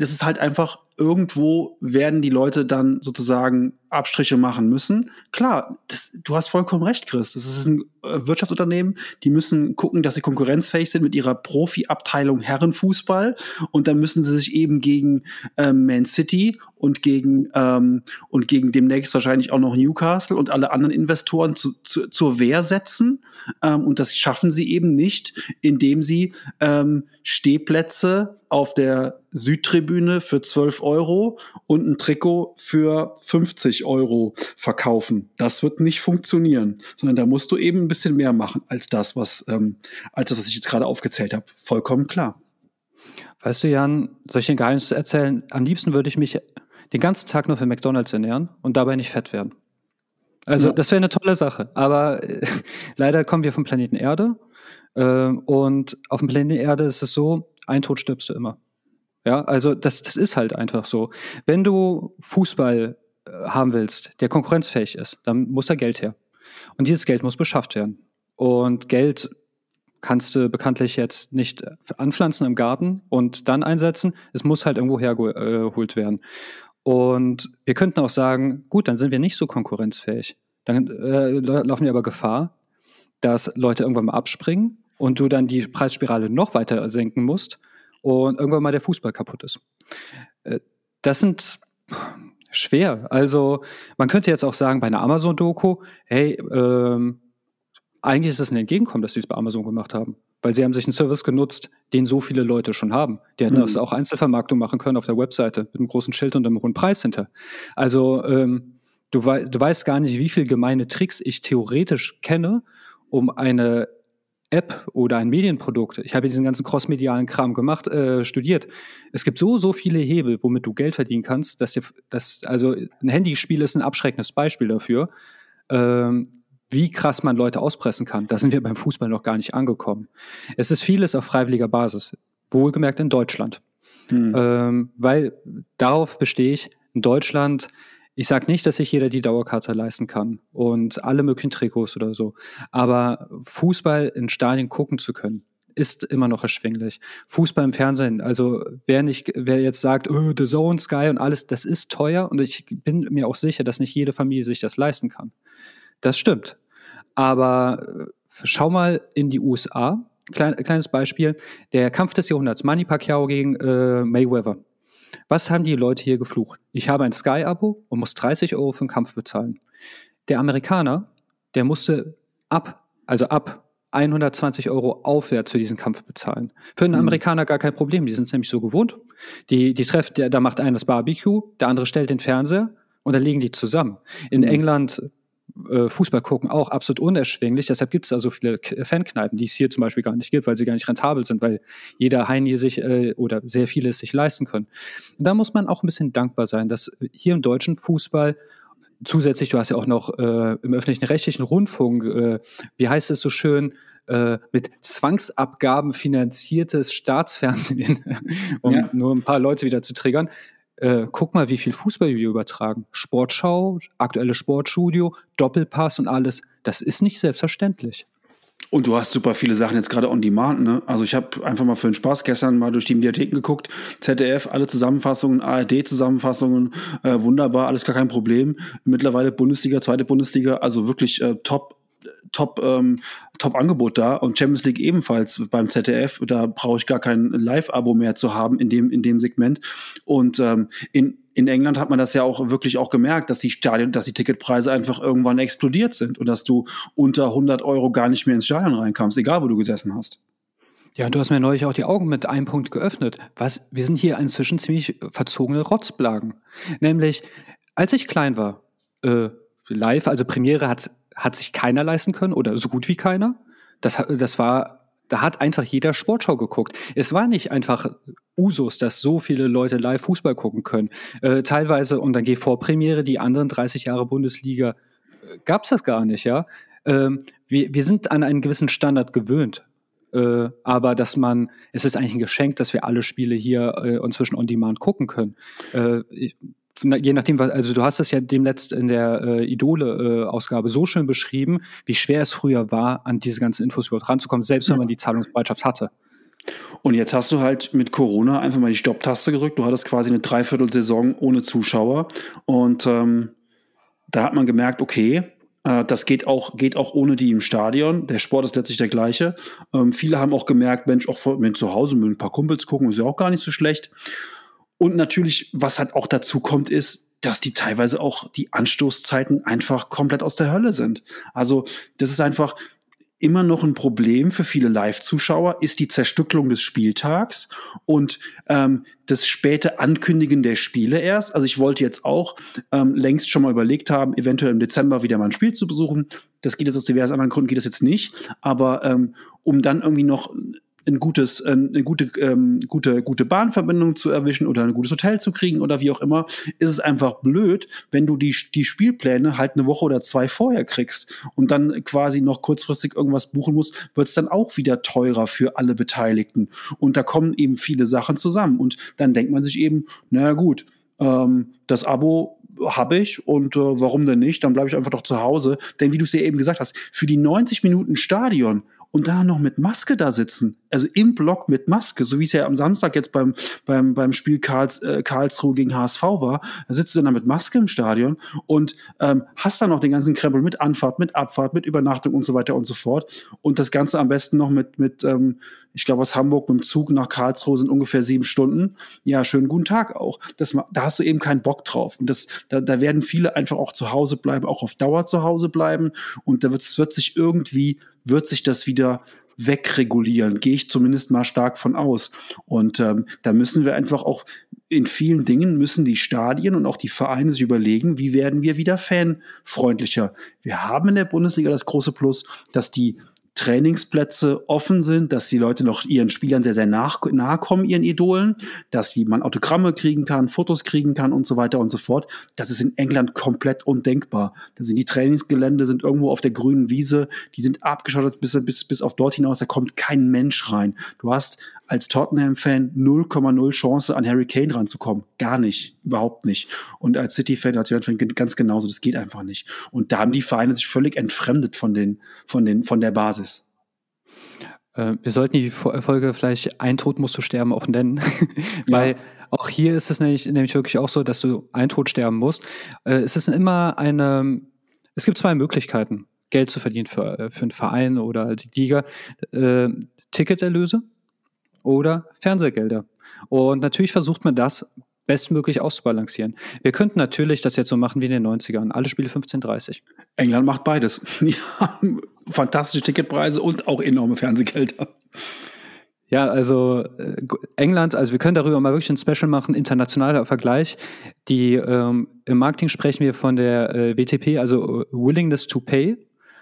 das ist halt einfach, irgendwo werden die Leute dann sozusagen Abstriche machen müssen. Klar, das, du hast vollkommen recht, Chris. Das ist ein äh, Wirtschaftsunternehmen, die müssen gucken, dass sie konkurrenzfähig sind mit ihrer Profi-Abteilung Herrenfußball, und dann müssen sie sich eben gegen ähm, Man City und gegen ähm, und gegen demnächst wahrscheinlich auch noch Newcastle und alle anderen Investoren zu, zu, zur Wehr setzen. Ähm, und das schaffen sie eben nicht, indem sie ähm, Stehplätze auf der Südtribüne für zwölf Euro und ein Trikot für fünfzig Euro verkaufen. Das wird nicht funktionieren, sondern da musst du eben ein bisschen mehr machen als das, was, ähm, als das, was ich jetzt gerade aufgezählt habe. Vollkommen klar. Weißt du, Jan, soll ich dir ein Geheimnis erzählen? Am liebsten würde ich mich den ganzen Tag nur für McDonald's ernähren und dabei nicht fett werden. Also ja. Das wäre eine tolle Sache, aber äh, leider kommen wir vom Planeten Erde, äh, und auf dem Planeten Erde ist es so, ein Tod stirbst du immer. Ja, also das, das ist halt einfach so. Wenn du Fußball äh, haben willst, der konkurrenzfähig ist, dann muss da Geld her. Und dieses Geld muss beschafft werden. Und Geld kannst du bekanntlich jetzt nicht anpflanzen im Garten und dann einsetzen. Es muss halt irgendwo hergeholt werden. Und wir könnten auch sagen, gut, dann sind wir nicht so konkurrenzfähig. Dann äh, laufen wir aber Gefahr, dass Leute irgendwann mal abspringen und du dann die Preisspirale noch weiter senken musst und irgendwann mal der Fußball kaputt ist. Äh, das sind schwer. Also man könnte jetzt auch sagen, bei einer Amazon-Doku, hey, ähm, eigentlich ist es ein Entgegenkommen, dass sie es bei Amazon gemacht haben. Weil sie haben sich einen Service genutzt, den so viele Leute schon haben. Die hätten mhm. das auch Einzelvermarktung machen können auf der Webseite mit einem großen Schild und einem hohen Preis hinter. Also ähm, du, wei- du weißt gar nicht, wie viele gemeine Tricks ich theoretisch kenne, um eine App oder ein Medienprodukt, ich habe diesen ganzen crossmedialen Kram gemacht, äh, studiert. Es gibt so, so viele Hebel, womit du Geld verdienen kannst, dass dir, dass, also ein Handyspiel ist ein abschreckendes Beispiel dafür, ähm, wie krass man Leute auspressen kann. Da sind wir beim Fußball noch gar nicht angekommen. Es ist vieles auf freiwilliger Basis, wohlgemerkt in Deutschland. Hm. Ähm, weil darauf bestehe ich, in Deutschland, ich sage nicht, dass sich jeder die Dauerkarte leisten kann und alle möglichen Trikots oder so, aber Fußball in Stadien gucken zu können, ist immer noch erschwinglich. Fußball im Fernsehen, also wer nicht, wer jetzt sagt, oh, The Zone, Sky und alles, das ist teuer, und ich bin mir auch sicher, dass nicht jede Familie sich das leisten kann. Das stimmt. Aber schau mal in die U S A. Klein, kleines Beispiel. Der Kampf des Jahrhunderts. Manny Pacquiao gegen äh, Mayweather. Was haben die Leute hier geflucht? Ich habe ein Sky-Abo und muss dreißig Euro für den Kampf bezahlen. Der Amerikaner, der musste ab, also ab hundertzwanzig Euro aufwärts für diesen Kampf bezahlen. Für einen mhm. Amerikaner gar kein Problem. Die sind es nämlich so gewohnt. Die, die treffen, der, da macht einer das Barbecue, der andere stellt den Fernseher und dann liegen die zusammen. In mhm. England Fußball gucken auch absolut unerschwinglich. Deshalb gibt es da so viele Fankneipen, die es hier zum Beispiel gar nicht gibt, weil sie gar nicht rentabel sind, weil jeder Heini sich äh, oder sehr viele es sich leisten können. Und da muss man auch ein bisschen dankbar sein, dass hier im deutschen Fußball zusätzlich, du hast ja auch noch äh, im öffentlichen rechtlichen Rundfunk, äh, wie heißt es so schön, äh, mit Zwangsabgaben finanziertes Staatsfernsehen, um ja. nur ein paar Leute wieder zu triggern. Äh, guck mal, wie viel Fußball wir übertragen. Sportschau, aktuelle Sportstudio, Doppelpass und alles. Das ist nicht selbstverständlich. Und du hast super viele Sachen jetzt gerade on demand, ne? Also ich habe einfach mal für den Spaß gestern mal durch die Mediatheken geguckt, Z D F, alle Zusammenfassungen, A R D-Zusammenfassungen, äh, wunderbar, alles gar kein Problem. Mittlerweile Bundesliga, zweite Bundesliga, also wirklich äh, top, top, ähm, top Angebot da, und Champions League ebenfalls beim Z D F. Da brauche ich gar kein Live-Abo mehr zu haben in dem, in dem Segment. Und ähm, in In England hat man das ja auch wirklich auch gemerkt, dass die Stadien, dass die Ticketpreise einfach irgendwann explodiert sind und dass du unter hundert Euro gar nicht mehr ins Stadion reinkamst, egal wo du gesessen hast. Ja, du hast mir neulich auch die Augen mit einem Punkt geöffnet. Was, wir sind hier inzwischen ziemlich verzogene Rotzblagen. Nämlich, als ich klein war, äh, live, also Premiere hat, hat sich keiner leisten können oder so gut wie keiner. Das, das war... Da hat einfach jeder Sportschau geguckt. Es war nicht einfach Usus, dass so viele Leute live Fußball gucken können. Äh, teilweise, und dann geht Vorpremiere, die anderen dreißig Jahre Bundesliga, äh, gab's das gar nicht, ja. Ähm, wir, wir sind an einen gewissen Standard gewöhnt. Äh, aber dass man, es ist eigentlich ein Geschenk, dass wir alle Spiele hier äh, inzwischen on demand gucken können. Äh, ich, Je nachdem, was, also du hast es ja demnächst in der äh, Idole-Ausgabe äh, so schön beschrieben, wie schwer es früher war, an diese ganzen Infos überhaupt ranzukommen, selbst wenn man die Zahlungsbereitschaft hatte. Und jetzt hast du halt mit Corona einfach mal die Stopptaste gedrückt. Du hattest quasi eine Dreiviertelsaison ohne Zuschauer. Und ähm, da hat man gemerkt, okay, äh, das geht auch, geht auch ohne die im Stadion. Der Sport ist letztlich der gleiche. Ähm, viele haben auch gemerkt, Mensch, auch vor- mit zu Hause mit ein paar Kumpels gucken, ist ja auch gar nicht so schlecht. Und natürlich, was halt auch dazu kommt, ist, dass die teilweise auch die Anstoßzeiten einfach komplett aus der Hölle sind. Also das ist einfach immer noch ein Problem für viele Live-Zuschauer, ist die Zerstückelung des Spieltags und ähm, das späte Ankündigen der Spiele erst. Also ich wollte jetzt auch ähm, längst schon mal überlegt haben, eventuell im Dezember wieder mal ein Spiel zu besuchen. Das geht jetzt aus diversen anderen Gründen, geht das jetzt nicht. Aber ähm, um dann irgendwie noch ein gutes, eine gute, ähm, gute, gute Bahnverbindung zu erwischen oder ein gutes Hotel zu kriegen oder wie auch immer, ist es einfach blöd, wenn du die, die Spielpläne halt eine Woche oder zwei vorher kriegst und dann quasi noch kurzfristig irgendwas buchen musst, wird es dann auch wieder teurer für alle Beteiligten. Und da kommen eben viele Sachen zusammen. Und dann denkt man sich eben, naja gut, ähm, das Abo habe ich und äh, warum denn nicht? Dann bleibe ich einfach doch zu Hause. Denn wie du es ja eben gesagt hast, für die neunzig Minuten Stadion und da noch mit Maske da sitzen, also im Block mit Maske, so wie es ja am Samstag jetzt beim, beim, beim Spiel Karls, äh, Karlsruhe gegen H S V war, da sitzt du dann mit Maske im Stadion und ähm, hast dann noch den ganzen Krempel mit Anfahrt, mit Abfahrt, mit Übernachtung und so weiter und so fort. Und das Ganze am besten noch mit, mit ähm, ich glaube, aus Hamburg mit dem Zug nach Karlsruhe sind ungefähr sieben Stunden. Ja, schönen guten Tag auch. Das, da hast du eben keinen Bock drauf. Und das, da, da werden viele einfach auch zu Hause bleiben, auch auf Dauer zu Hause bleiben. Und da wird, wird sich irgendwie, wird sich das wieder wegregulieren, gehe ich zumindest mal stark von aus. Und ähm, da müssen wir einfach auch in vielen Dingen müssen die Stadien und auch die Vereine sich überlegen, wie werden wir wieder fanfreundlicher. Wir haben in der Bundesliga das große Plus, dass die Trainingsplätze offen sind, dass die Leute noch ihren Spielern sehr, sehr nach, nahe kommen, ihren Idolen, dass man Autogramme kriegen kann, Fotos kriegen kann und so weiter und so fort. Das ist in England komplett undenkbar. Da sind die Trainingsgelände sind irgendwo auf der grünen Wiese, die sind abgeschottet bis, bis, bis auf dort hinaus, da kommt kein Mensch rein. Du hast als Tottenham-Fan null Komma null Chance, an Harry Kane ranzukommen. Gar nicht, überhaupt nicht. Und als City-Fan, als United-Fan ganz genauso, das geht einfach nicht. Und da haben die Vereine sich völlig entfremdet von, den, von, den, von der Basis. Äh, wir sollten die Folge vielleicht "Ein Tod musst du sterben" auch nennen, weil ja. Auch hier ist es nämlich, nämlich wirklich auch so, dass du einen Tod sterben musst. Äh, es ist immer eine, es gibt zwei Möglichkeiten, Geld zu verdienen für, für einen Verein oder die Liga. Äh, Ticketerlöse oder Fernsehgelder. Und natürlich versucht man das bestmöglich auszubalancieren. Wir könnten natürlich das jetzt so machen wie in den neunzigern. Alle Spiele fünfzehn Uhr dreißig. England macht beides. Die haben fantastische Ticketpreise und auch enorme Fernsehgelder. Ja, also äh, England, also wir können darüber mal wirklich ein Special machen, internationaler Vergleich. Die ähm, im Marketing sprechen wir von der äh, W T P, also äh, Willingness to Pay.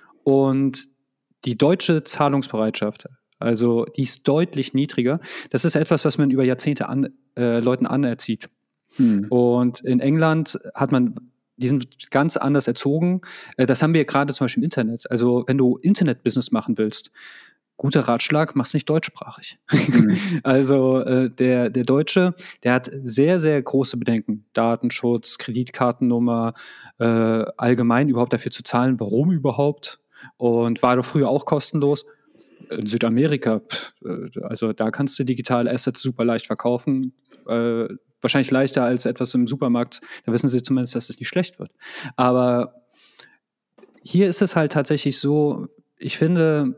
Und die deutsche Zahlungsbereitschaft, also die ist deutlich niedriger. Das ist etwas, was man über Jahrzehnte an, äh, Leuten anerzieht. Hm. Und in England hat man, die sind ganz anders erzogen. Äh, das haben wir gerade zum Beispiel im Internet. Also wenn du Internet-Business machen willst, guter Ratschlag, mach's nicht deutschsprachig. Mhm. Also äh, der, der Deutsche, der hat sehr, sehr große Bedenken. Datenschutz, Kreditkartennummer, äh, allgemein überhaupt dafür zu zahlen. Warum überhaupt? Und war doch früher auch kostenlos. In Südamerika, pff, also da kannst du digitale Assets super leicht verkaufen. Äh, wahrscheinlich leichter als etwas im Supermarkt. Da wissen sie zumindest, dass es nicht schlecht wird. Aber hier ist es halt tatsächlich so, ich finde,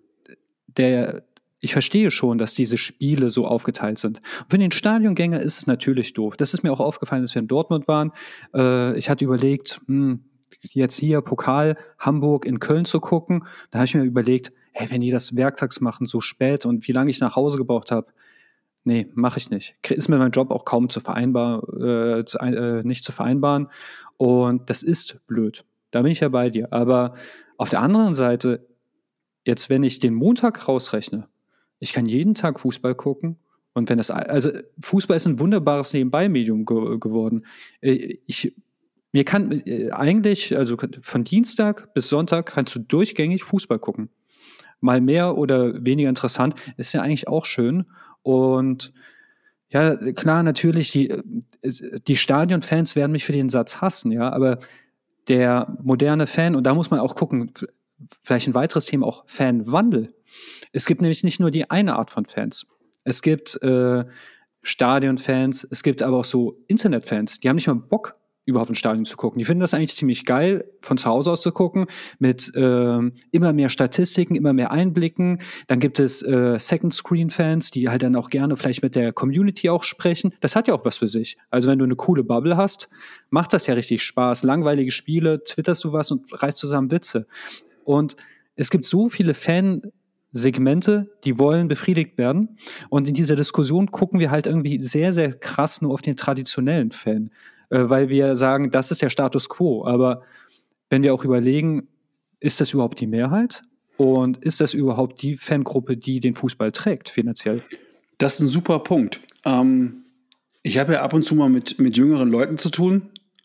der, ich verstehe schon, dass diese Spiele so aufgeteilt sind. Und für den Stadiongänger ist es natürlich doof. Das ist mir auch aufgefallen, als wir in Dortmund waren. Äh, ich hatte überlegt, hm, jetzt hier Pokal Hamburg in Köln zu gucken. Da habe ich mir überlegt, hey, wenn die das werktags machen, so spät und wie lange ich nach Hause gebraucht habe, nee, mache ich nicht. Ist mir mein Job auch kaum zu vereinbar, äh, zu, äh, nicht zu vereinbaren. Und das ist blöd. Da bin ich ja bei dir. Aber auf der anderen Seite, jetzt, wenn ich den Montag rausrechne, ich kann jeden Tag Fußball gucken. Und wenn das, also Fußball ist ein wunderbares Nebenbei-Medium ge- geworden. Ich, mir kann eigentlich, also von Dienstag bis Sonntag kannst du durchgängig Fußball gucken. Mal mehr oder weniger interessant, ist ja eigentlich auch schön. Und ja, klar, natürlich, die, die Stadionfans werden mich für den Satz hassen, ja, aber der moderne Fan, und da muss man auch gucken, vielleicht ein weiteres Thema, auch Fanwandel. Es gibt nämlich nicht nur die eine Art von Fans. Es gibt äh, Stadionfans, es gibt aber auch so Internetfans, die haben nicht mal Bock, überhaupt ein Stadion zu gucken. Die finden das eigentlich ziemlich geil, von zu Hause aus zu gucken, mit ähm, immer mehr Statistiken, immer mehr Einblicken. Dann gibt es äh, Second-Screen-Fans, die halt dann auch gerne vielleicht mit der Community auch sprechen. Das hat ja auch was für sich. Also wenn du eine coole Bubble hast, macht das ja richtig Spaß. Langweilige Spiele, twitterst du was und reißt zusammen Witze. Und es gibt so viele Fan-Segmente, die wollen befriedigt werden. Und in dieser Diskussion gucken wir halt irgendwie sehr, sehr krass nur auf den traditionellen Fan. Weil wir sagen, das ist der Status quo. Aber wenn wir auch überlegen, ist das überhaupt die Mehrheit? Und ist das überhaupt die Fangruppe, die den Fußball trägt, finanziell? Das ist ein super Punkt. Ähm, ich habe ja ab und zu mal mit, mit jüngeren Leuten zu tun.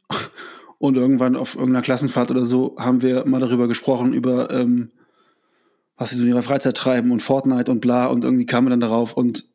Und irgendwann auf irgendeiner Klassenfahrt oder so haben wir mal darüber gesprochen, über ähm, was sie so in ihrer Freizeit treiben und Fortnite und bla. Und irgendwie kamen wir dann darauf und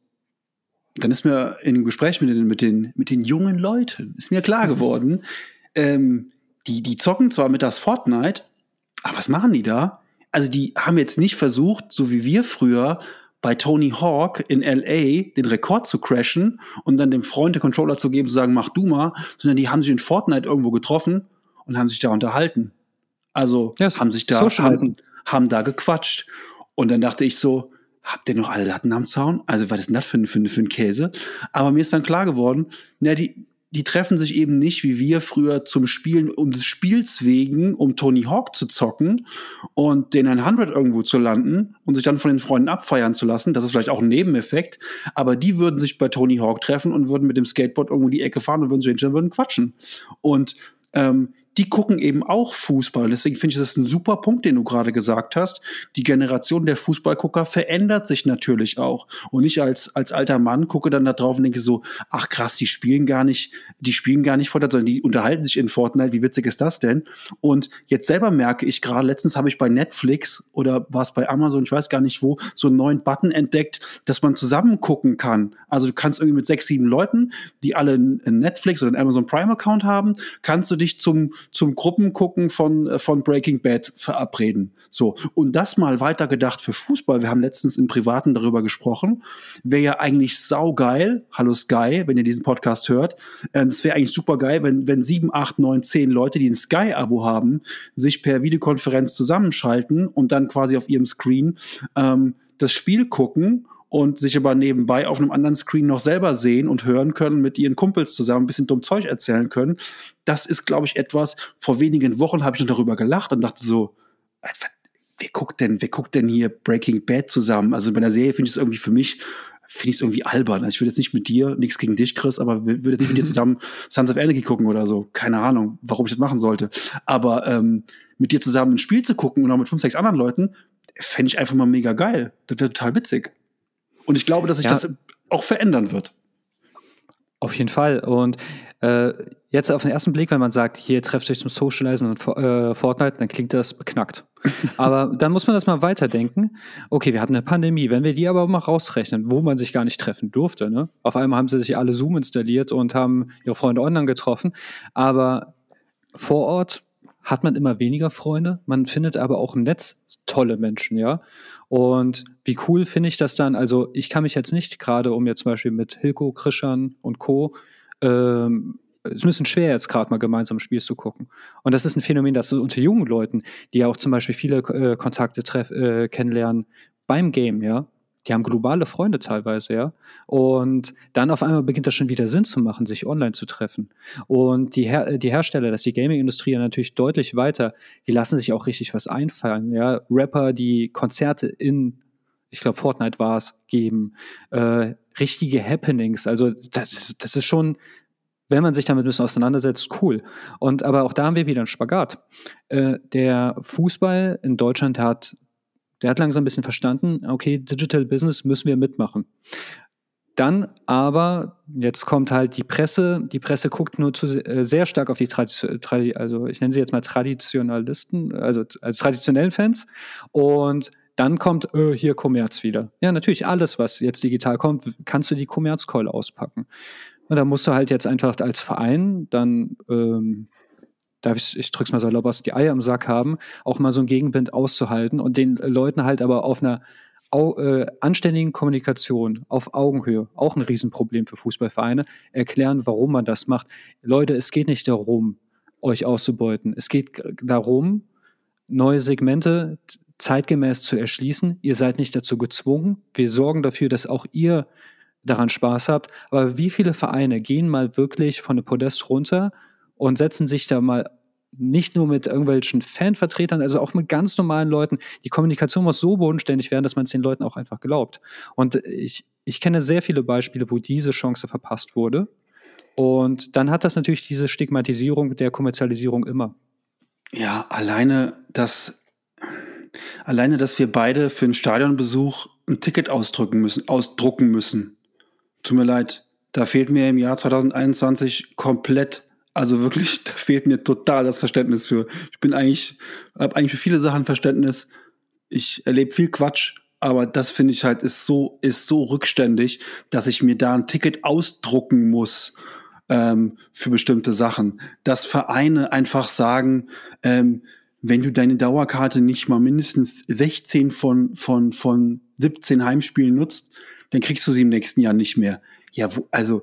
dann ist mir in dem Gespräch mit den, mit den, mit den jungen Leuten, ist mir klar geworden, ähm, die, die zocken zwar mittags Fortnite, aber was machen die da? Also die haben jetzt nicht versucht, so wie wir früher bei Tony Hawk in L A den Rekord zu crashen und dann dem Freund den Controller zu geben, zu sagen, mach du mal, sondern die haben sich in Fortnite irgendwo getroffen und haben sich da unterhalten. Also Ja, haben sich da, haben, haben da gequatscht. Und dann dachte ich so, habt ihr noch alle Latten am Zaun? Also, was ist denn das für ein, für, ein, für ein Käse? Aber mir ist dann klar geworden, na, die, die treffen sich eben nicht, wie wir früher zum Spielen, um des Spiels wegen, um Tony Hawk zu zocken und den hundert irgendwo zu landen und sich dann von den Freunden abfeiern zu lassen. Das ist vielleicht auch ein Nebeneffekt. Aber die würden sich bei Tony Hawk treffen und würden mit dem Skateboard irgendwo die Ecke fahren und würden sich hinstellen und würden quatschen. Und ähm, die gucken eben auch Fußball. Deswegen finde ich, das ist ein super Punkt, den du gerade gesagt hast. Die Generation der Fußballgucker verändert sich natürlich auch. Und ich als, als alter Mann gucke dann da drauf und denke so, ach krass, die spielen gar nicht, die spielen gar nicht Fortnite, sondern die unterhalten sich in Fortnite. Wie witzig ist das denn? Und jetzt selber merke ich gerade, letztens habe ich bei Netflix oder war es bei Amazon, ich weiß gar nicht wo, so einen neuen Button entdeckt, dass man zusammen gucken kann. Also du kannst irgendwie mit sechs, sieben Leuten, die alle einen Netflix oder einen Amazon Prime Account haben, kannst du dich zum zum Gruppengucken von, von Breaking Bad verabreden. So. Und das mal weitergedacht für Fußball. Wir haben letztens im Privaten darüber gesprochen. Wäre ja eigentlich saugeil. Hallo Sky, wenn ihr diesen Podcast hört. Es wäre eigentlich super geil, wenn, wenn sieben, acht, neun, zehn Leute, die ein Sky-Abo haben, sich per Videokonferenz zusammenschalten und dann quasi auf ihrem Screen ähm, das Spiel gucken und sich aber nebenbei auf einem anderen Screen noch selber sehen und hören können, mit ihren Kumpels zusammen ein bisschen dumm Zeug erzählen können. Das ist, glaube ich, etwas, vor wenigen Wochen habe ich noch darüber gelacht und dachte so, wer guckt denn, wer guckt denn hier Breaking Bad zusammen? Also bei einer Serie finde ich es irgendwie für mich, finde ich es irgendwie albern. Also ich würde jetzt nicht mit dir, nichts gegen dich, Chris, aber würde jetzt nicht mit dir zusammen Sons of Anarchy gucken oder so. Keine Ahnung, warum ich das machen sollte. Aber ähm, mit dir zusammen ein Spiel zu gucken und auch mit fünf, sechs anderen Leuten, fände ich einfach mal mega geil. Das wäre total witzig. Und ich glaube, dass sich ja. das auch verändern wird. Auf jeden Fall. Und äh, jetzt auf den ersten Blick, wenn man sagt, hier trefft euch zum Socializen und äh, Fortnite, dann klingt das beknackt. Aber dann muss man das mal weiterdenken. Okay, wir hatten eine Pandemie. Wenn wir die aber mal rausrechnen, wo man sich gar nicht treffen durfte, ne? Auf einmal haben sie sich alle Zoom installiert und haben ihre Freunde online getroffen. Aber vor Ort hat man immer weniger Freunde. Man findet aber auch im Netz tolle Menschen, ja. Und wie cool finde ich das dann? Also ich kann mich jetzt nicht gerade, um jetzt zum Beispiel mit Hilko, Krischan und Co. Ähm, es ist ein bisschen schwer, jetzt gerade mal gemeinsam ein Spiel zu gucken. Und das ist ein Phänomen, das so unter jungen Leuten, die ja auch zum Beispiel viele äh, Kontakte treff, äh, kennenlernen beim Game, ja. Die haben globale Freunde teilweise, ja. Und dann auf einmal beginnt das schon wieder Sinn zu machen, sich online zu treffen. Und die, Her- die Hersteller, das ist die Gaming-Industrie ja natürlich deutlich weiter, die lassen sich auch richtig was einfallen, ja. Rapper, die Konzerte in, ich glaube Fortnite war es, geben, äh, richtige Happenings. Also das, das ist schon, wenn man sich damit ein bisschen auseinandersetzt, cool. Und aber auch da haben wir wieder einen Spagat. Äh, der Fußball in Deutschland hat Der hat langsam ein bisschen verstanden, okay, Digital Business müssen wir mitmachen. Dann aber, jetzt kommt halt die Presse, die Presse guckt nur zu, äh, sehr stark auf die Tradition, also ich nenne sie jetzt mal Traditionalisten, also als traditionellen Fans. Und dann kommt äh, hier Kommerz wieder. Ja, natürlich, alles, was jetzt digital kommt, kannst du die Kommerzkeule auspacken. Und da musst du halt jetzt einfach als Verein dann ähm, darf ich, ich drück's mal salopp aus, die Eier im Sack haben, auch mal so einen Gegenwind auszuhalten und den Leuten halt aber auf einer Au, äh, anständigen Kommunikation auf Augenhöhe, auch ein Riesenproblem für Fußballvereine, erklären, warum man das macht. Leute, es geht nicht darum, euch auszubeuten. Es geht g- darum, neue Segmente zeitgemäß zu erschließen. Ihr seid nicht dazu gezwungen. Wir sorgen dafür, dass auch ihr daran Spaß habt. Aber wie viele Vereine gehen mal wirklich von dem Podest runter und setzen sich da mal nicht nur mit irgendwelchen Fanvertretern, also auch mit ganz normalen Leuten. Die Kommunikation muss so bodenständig werden, dass man es den Leuten auch einfach glaubt. Und ich, ich kenne sehr viele Beispiele, wo diese Chance verpasst wurde. Und dann hat das natürlich diese Stigmatisierung der Kommerzialisierung immer. Ja, alleine das, alleine, dass wir beide für einen Stadionbesuch ein Ticket ausdrücken müssen, ausdrucken müssen. Tut mir leid, da fehlt mir im Jahr zwanzig einundzwanzig komplett, also wirklich, da fehlt mir total das Verständnis für. Ich bin eigentlich, habe eigentlich für viele Sachen Verständnis. Ich erlebe viel Quatsch, aber das finde ich halt ist so, ist so rückständig, dass ich mir da ein Ticket ausdrucken muss ähm, für bestimmte Sachen. Dass Vereine einfach sagen, ähm, wenn du deine Dauerkarte nicht mal mindestens sechzehn von, von, von siebzehn Heimspielen nutzt, dann kriegst du sie im nächsten Jahr nicht mehr. Ja, wo, also,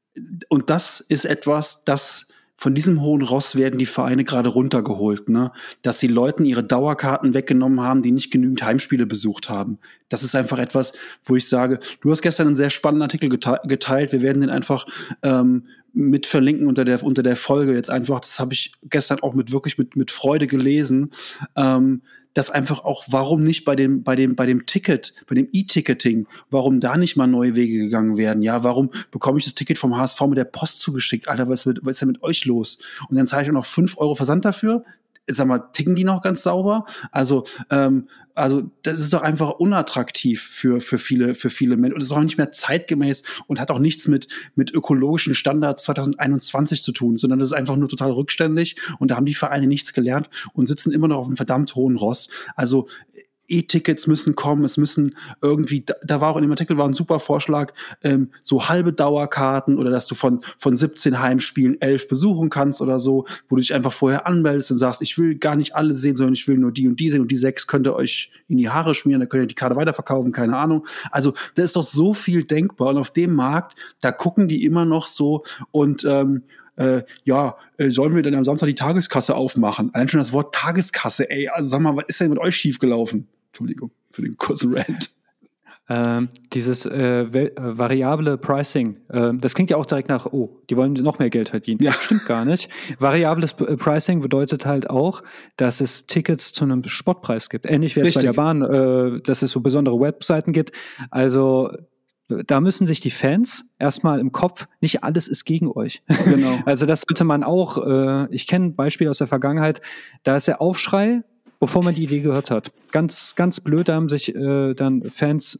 und das ist etwas, das von diesem hohen Ross werden die Vereine gerade runtergeholt, ne? Dass sie Leuten ihre Dauerkarten weggenommen haben, die nicht genügend Heimspiele besucht haben. Das ist einfach etwas, wo ich sage, du hast gestern einen sehr spannenden Artikel gete- geteilt. Wir werden den einfach ähm, mit verlinken unter der unter der Folge jetzt einfach. Das habe ich gestern auch mit wirklich mit mit Freude gelesen. Ähm, dass einfach auch, warum nicht bei dem, bei dem, bei dem Ticket, bei dem E-Ticketing, warum da nicht mal neue Wege gegangen werden? Ja, warum bekomme ich das Ticket vom H S V mit der Post zugeschickt? Alter, was, mit, was ist denn mit euch los? Und dann zahle ich auch noch fünf Euro Versand dafür. Sag mal, ticken die noch ganz sauber? Also, ähm, also das ist doch einfach unattraktiv für, für viele, für viele Menschen. Und es ist auch nicht mehr zeitgemäß und hat auch nichts mit, mit ökologischen Standards zwanzig einundzwanzig zu tun, sondern das ist einfach nur total rückständig und da haben die Vereine nichts gelernt und sitzen immer noch auf einem verdammt hohen Ross. Also E-Tickets müssen kommen, es müssen irgendwie, da, da war auch in dem Artikel war ein super Vorschlag, ähm, so halbe Dauerkarten oder dass du von, von siebzehn Heimspielen elf besuchen kannst oder so, wo du dich einfach vorher anmeldest und sagst, ich will gar nicht alle sehen, sondern ich will nur die und die sehen und die sechs könnt ihr euch in die Haare schmieren, dann könnt ihr die Karte weiterverkaufen, keine Ahnung. Also da ist doch so viel denkbar und auf dem Markt, da gucken die immer noch so und ähm, Äh, ja, äh, sollen wir dann am Samstag die Tageskasse aufmachen? Allein schon das Wort Tageskasse, ey, also sag mal, was ist denn mit euch schiefgelaufen? Entschuldigung für den kurzen Rant. Ähm, dieses äh, äh, variable Pricing, äh, das klingt ja auch direkt nach, oh, die wollen noch mehr Geld verdienen. Ja. Stimmt gar nicht. Variables äh, Pricing bedeutet halt auch, dass es Tickets zu einem Spotpreis gibt. Ähnlich wie jetzt bei der Bahn, äh, dass es so besondere Webseiten gibt. Also da müssen sich die Fans erstmal im Kopf, nicht alles ist gegen euch. Genau. Also das sollte man auch, äh, ich kenne Beispiele aus der Vergangenheit, da ist der Aufschrei, bevor man die Idee gehört hat. Ganz, ganz blöd, da haben sich äh, dann Fans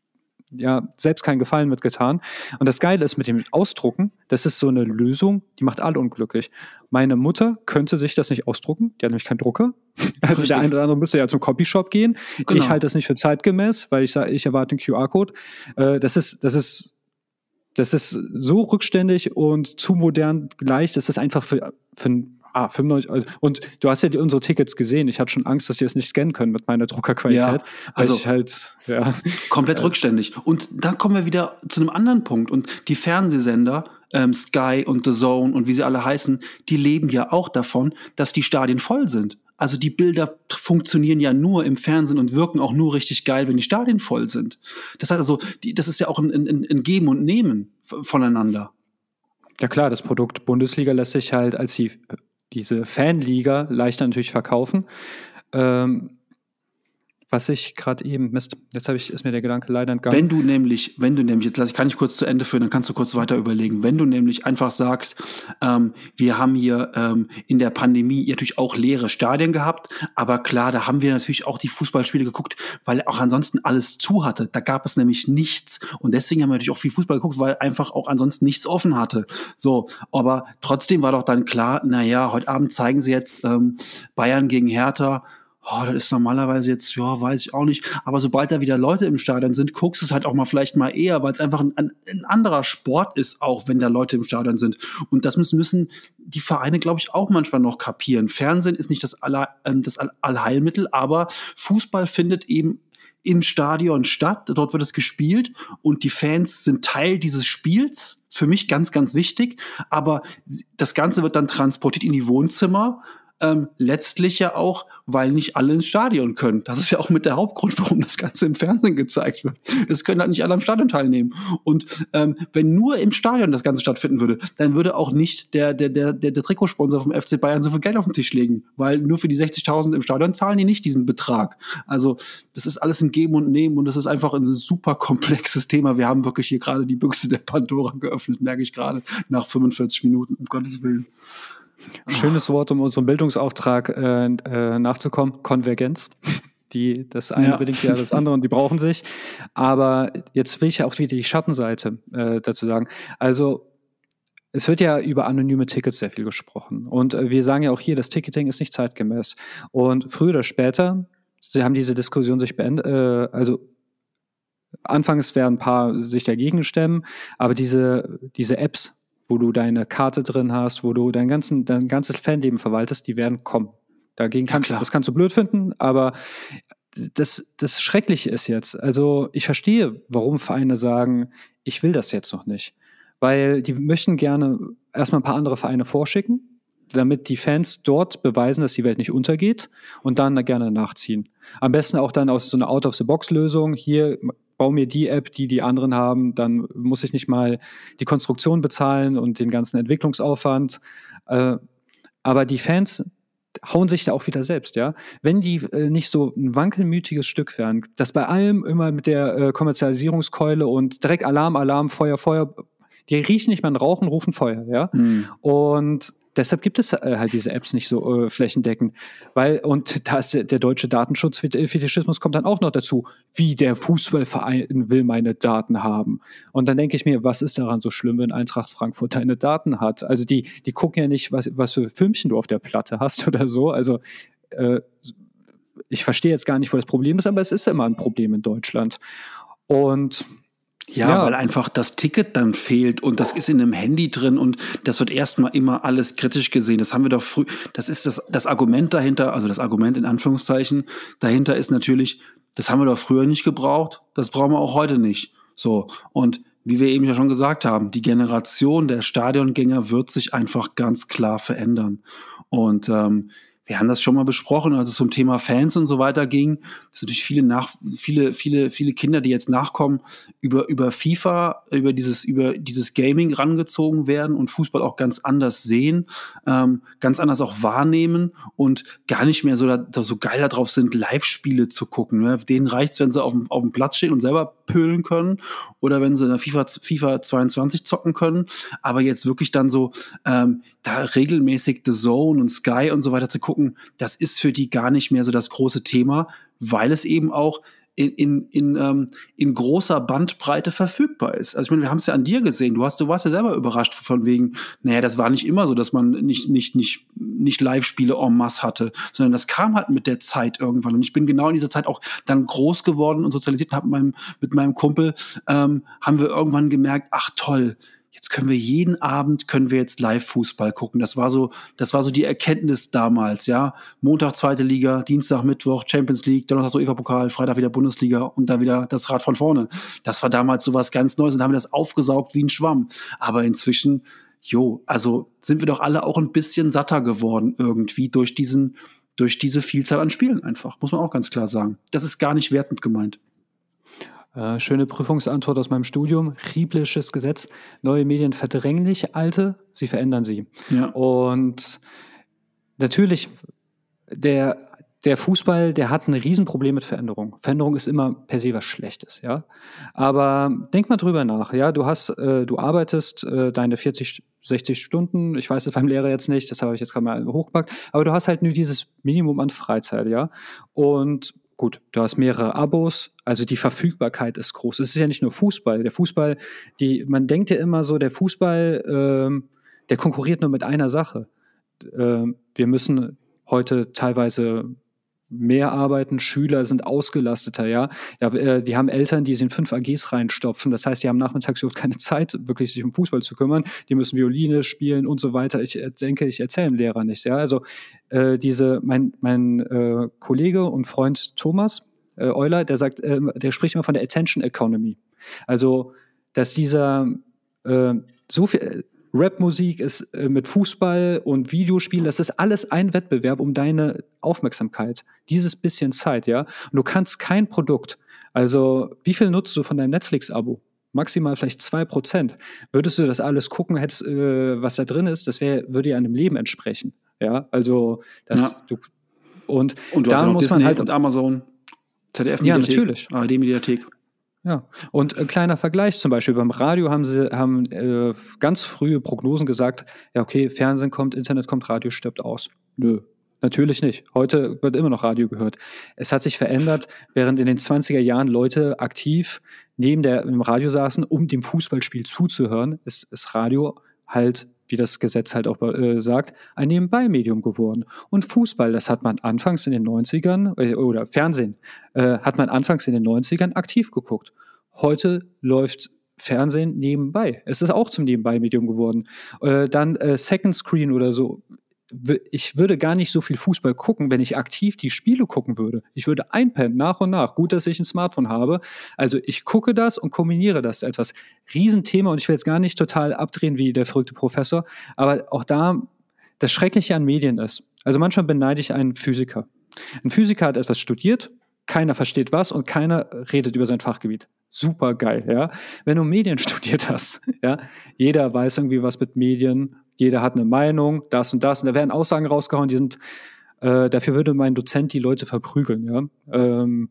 ja selbst keinen Gefallen mitgetan. Und das Geile ist mit dem Ausdrucken, das ist so eine Lösung, die macht alle unglücklich. Meine Mutter könnte sich das nicht ausdrucken, die hat nämlich keinen Drucker. Also Richtig. der eine oder andere müsste ja zum Copyshop gehen. Genau. Ich halte das nicht für zeitgemäß, weil ich sage, ich erwarte einen Q R-Code. Äh, das ist, das ist Das ist so rückständig und zu modern gleich, das ist einfach für, für ah, fünfundneunzig, also, und du hast ja die, unsere Tickets gesehen. Ich hatte schon Angst, dass die es nicht scannen können mit meiner Druckerqualität. Ja, also weil ich halt, ja. komplett rückständig. Und dann kommen wir wieder zu einem anderen Punkt. Und die Fernsehsender, ähm, Sky und The Zone und wie sie alle heißen, die leben ja auch davon, dass die Stadien voll sind. Also die Bilder funktionieren ja nur im Fernsehen und wirken auch nur richtig geil, wenn die Stadien voll sind. Das heißt also, die, das ist ja auch ein, ein, ein Geben und Nehmen voneinander. Ja klar, das Produkt Bundesliga lässt sich halt als die, diese Fanliga leichter natürlich verkaufen. Ähm, was ich gerade eben, Mist, jetzt habe ich, ist mir der Gedanke leider entgangen. Wenn du nämlich, wenn du nämlich, jetzt lass ich, kann ich kurz zu Ende führen, dann kannst du kurz weiter überlegen. Wenn du nämlich einfach sagst, ähm, wir haben hier ähm, in der Pandemie natürlich auch leere Stadien gehabt, aber klar, da haben wir natürlich auch die Fußballspiele geguckt, weil auch ansonsten alles zu hatte. Da gab es nämlich nichts und deswegen haben wir natürlich auch viel Fußball geguckt, weil einfach auch ansonsten nichts offen hatte. So, aber trotzdem war doch dann klar, naja, heute Abend zeigen sie jetzt ähm, Bayern gegen Hertha. Oh, das ist normalerweise jetzt, ja, weiß ich auch nicht. Aber sobald da wieder Leute im Stadion sind, guckst du es halt auch mal vielleicht mal eher, weil es einfach ein, ein, ein anderer Sport ist, auch wenn da Leute im Stadion sind. Und das müssen, müssen die Vereine, glaube ich, auch manchmal noch kapieren. Fernsehen ist nicht das, Aller, äh, das All- Allheilmittel, aber Fußball findet eben im Stadion statt, dort wird es gespielt und die Fans sind Teil dieses Spiels. Für mich ganz, ganz wichtig. Aber das Ganze wird dann transportiert in die Wohnzimmer. Ähm, letztlich ja auch, weil nicht alle ins Stadion können. Das ist ja auch mit der Hauptgrund, warum das Ganze im Fernsehen gezeigt wird. Es können halt nicht alle am Stadion teilnehmen. Und ähm, wenn nur im Stadion das Ganze stattfinden würde, dann würde auch nicht der, der, der, der, der Trikotsponsor vom F C Bayern so viel Geld auf den Tisch legen. Weil nur für die sechzigtausend im Stadion zahlen die nicht diesen Betrag. Also das ist alles ein Geben und Nehmen und das ist einfach ein super komplexes Thema. Wir haben wirklich hier gerade die Büchse der Pandora geöffnet, merke ich gerade, nach fünfundvierzig Minuten, um Gottes Willen. Schönes Wort, um unserem Bildungsauftrag äh, äh, nachzukommen, Konvergenz. Die, das eine Ja. bedingt ja das andere und die brauchen sich. Aber jetzt will ich ja auch wieder die Schattenseite äh, dazu sagen. Also es wird ja über anonyme Tickets sehr viel gesprochen. Und äh, wir sagen ja auch hier, das Ticketing ist nicht zeitgemäß. Und früher oder später, sie haben diese Diskussion sich beendet, äh, also anfangs werden ein paar sich dagegen stemmen, aber diese, diese Apps, wo du deine Karte drin hast, wo du dein, ganzen, dein ganzes Fanleben verwaltest, die werden kommen. Dagegen kann, Ja, das kannst du blöd finden, aber das, das Schreckliche ist jetzt, also ich verstehe, warum Vereine sagen, ich will das jetzt noch nicht. Weil die möchten gerne erstmal ein paar andere Vereine vorschicken, damit die Fans dort beweisen, dass die Welt nicht untergeht und dann gerne nachziehen. Am besten auch dann aus so einer Out-of-the-Box-Lösung, hier bau mir die App, die die anderen haben, dann muss ich nicht mal die Konstruktion bezahlen und den ganzen Entwicklungsaufwand. Äh, aber die Fans hauen sich da auch wieder selbst, ja. Wenn die äh, nicht so ein wankelmütiges Stück wären, das bei allem immer mit der äh, Kommerzialisierungskeule und direkt Alarm, Alarm, Feuer, Feuer, die riechen nicht mal ein Rauchen, rufen Feuer, ja. Mhm. Und deshalb gibt es äh, halt diese Apps nicht so äh, flächendeckend. Weil, und da ist der, der deutsche Datenschutzfetischismus kommt dann auch noch dazu, wie der Fußballverein will meine Daten haben. Und dann denke ich mir, was ist daran so schlimm, wenn Eintracht Frankfurt deine Daten hat? Also die, die gucken ja nicht, was, was für Filmchen du auf der Platte hast oder so. Also äh, ich verstehe jetzt gar nicht, wo das Problem ist, aber es ist immer ein Problem in Deutschland. Und Ja, ja, weil einfach das Ticket dann fehlt und das ist in einem Handy drin und das wird erstmal immer alles kritisch gesehen. Das haben wir doch früh, das ist das, das Argument dahinter, also das Argument in Anführungszeichen dahinter ist natürlich, das haben wir doch früher nicht gebraucht, das brauchen wir auch heute nicht. So, und wie wir eben ja schon gesagt haben, die Generation der Stadiongänger wird sich einfach ganz klar verändern. Und ähm, wir haben das schon mal besprochen, als es zum Thema Fans und so weiter ging. Es sind natürlich viele nach, viele, viele, viele Kinder, die jetzt nachkommen, über, über FIFA, über dieses, über dieses Gaming rangezogen werden und Fußball auch ganz anders sehen, ähm, ganz anders auch wahrnehmen und gar nicht mehr so, da, so geil darauf sind, Live-Spiele zu gucken. Ne? Denen reicht's, wenn sie auf dem, auf dem Platz stehen und selber pölen können oder wenn sie in der FIFA, FIFA zweiundzwanzig zocken können. Aber jetzt wirklich dann so, ähm, da regelmäßig The Zone und Sky und so weiter zu gucken, das ist für die gar nicht mehr so das große Thema, weil es eben auch in, in, in, ähm, in großer Bandbreite verfügbar ist. Also ich meine, wir haben es ja an dir gesehen. Du hast, du warst ja selber überrascht von wegen, naja, das war nicht immer so, dass man nicht, nicht, nicht, nicht Live-Spiele en masse hatte, sondern das kam halt mit der Zeit irgendwann. Und ich bin genau in dieser Zeit auch dann groß geworden und sozialisiert und hab mit meinem, mit meinem Kumpel, ähm, haben wir irgendwann gemerkt, ach toll, jetzt können wir jeden Abend, können wir jetzt Live-Fußball gucken. Das war so, das war so die Erkenntnis damals, ja. Montag zweite Liga, Dienstag, Mittwoch Champions League, Donnerstag so UEFA-Pokal, Freitag wieder Bundesliga und dann wieder das Rad von vorne. Das war damals so was ganz Neues und haben wir das aufgesaugt wie ein Schwamm. Aber inzwischen, jo, also sind wir doch alle auch ein bisschen satter geworden irgendwie durch diesen, durch diese Vielzahl an Spielen einfach. Muss man auch ganz klar sagen. Das ist gar nicht wertend gemeint. Äh, schöne Prüfungsantwort aus meinem Studium. Rieblisches Gesetz. Neue Medien verdrängen nicht alte, sie verändern sie. Ja. Und natürlich, der, der Fußball, der hat ein Riesenproblem mit Veränderung. Veränderung ist immer per se was Schlechtes, ja. Aber denk mal drüber nach, ja. Du hast, äh, du arbeitest äh, deine vierzig, sechzig Stunden, ich weiß es beim Lehrer jetzt nicht, das habe ich jetzt gerade mal hochgepackt, aber du hast halt nur dieses Minimum an Freizeit, ja. Und gut, du hast mehrere Abos, also die Verfügbarkeit ist groß. Es ist ja nicht nur Fußball. Der Fußball, die, man denkt ja immer so, der Fußball, ähm, der konkurriert nur mit einer Sache. Ähm, wir müssen heute teilweise mehr arbeiten, Schüler sind ausgelasteter, ja. ja äh, die haben Eltern, die sie in fünf A Gs reinstopfen. Das heißt, die haben nachmittags überhaupt keine Zeit, wirklich sich um Fußball zu kümmern. Die müssen Violine spielen und so weiter. Ich äh, denke, ich erzähle dem Lehrer nicht, ja. Also äh, diese, mein, mein äh, Kollege und Freund Thomas, äh, Euler, der sagt, äh, der spricht immer von der Attention Economy. Also, dass dieser äh, so viel Rap-Musik ist äh, mit Fußball und Videospielen, das ist alles ein Wettbewerb um deine Aufmerksamkeit. Dieses bisschen Zeit, ja. Und du kannst kein Produkt, also wie viel nutzt du von deinem Netflix-Abo? Maximal vielleicht zwei Prozent. Würdest du das alles gucken, hättest, äh, was da drin ist, das wär, würde ja einem Leben entsprechen. Ja, also das Ja. du, und, Und du da hast ja noch muss Disney man halt und Amazon, Z D Ja, F-Mediathek, natürlich. A R D-Mediathek. Ja, und ein kleiner Vergleich zum Beispiel beim Radio haben sie haben äh, ganz frühe Prognosen gesagt, ja okay, Fernsehen kommt, Internet kommt, Radio stirbt aus. Nö, natürlich nicht. Heute wird immer noch Radio gehört. Es hat sich verändert, während in den zwanziger Jahren Leute aktiv neben der im Radio saßen, um dem Fußballspiel zuzuhören, ist das Radio halt, wie das Gesetz halt auch äh, sagt, ein Nebenbei-Medium geworden. Und Fußball, das hat man anfangs in den neunzigern, äh, oder Fernsehen, äh, hat man anfangs in den neunzigern aktiv geguckt. Heute läuft Fernsehen nebenbei. Es ist auch zum Nebenbei-Medium geworden. Äh, dann äh, Second Screen oder so. W- Ich würde gar nicht so viel Fußball gucken, wenn ich aktiv die Spiele gucken würde. Ich würde einpennen, nach und nach. Gut, dass ich ein Smartphone habe. Also ich gucke das und kombiniere das zu etwas. Riesenthema, und ich will jetzt gar nicht total abdrehen wie der verrückte Professor, aber auch da das Schreckliche an Medien ist. Also manchmal beneide ich einen Physiker. Ein Physiker hat etwas studiert, keiner versteht was und keiner redet über sein Fachgebiet. Super geil, ja. Wenn du Medien studiert hast, ja, jeder weiß irgendwie was mit Medien, jeder hat eine Meinung, das und das, und da werden Aussagen rausgehauen, die sind, äh, dafür würde mein Dozent die Leute verprügeln, ja. Ähm,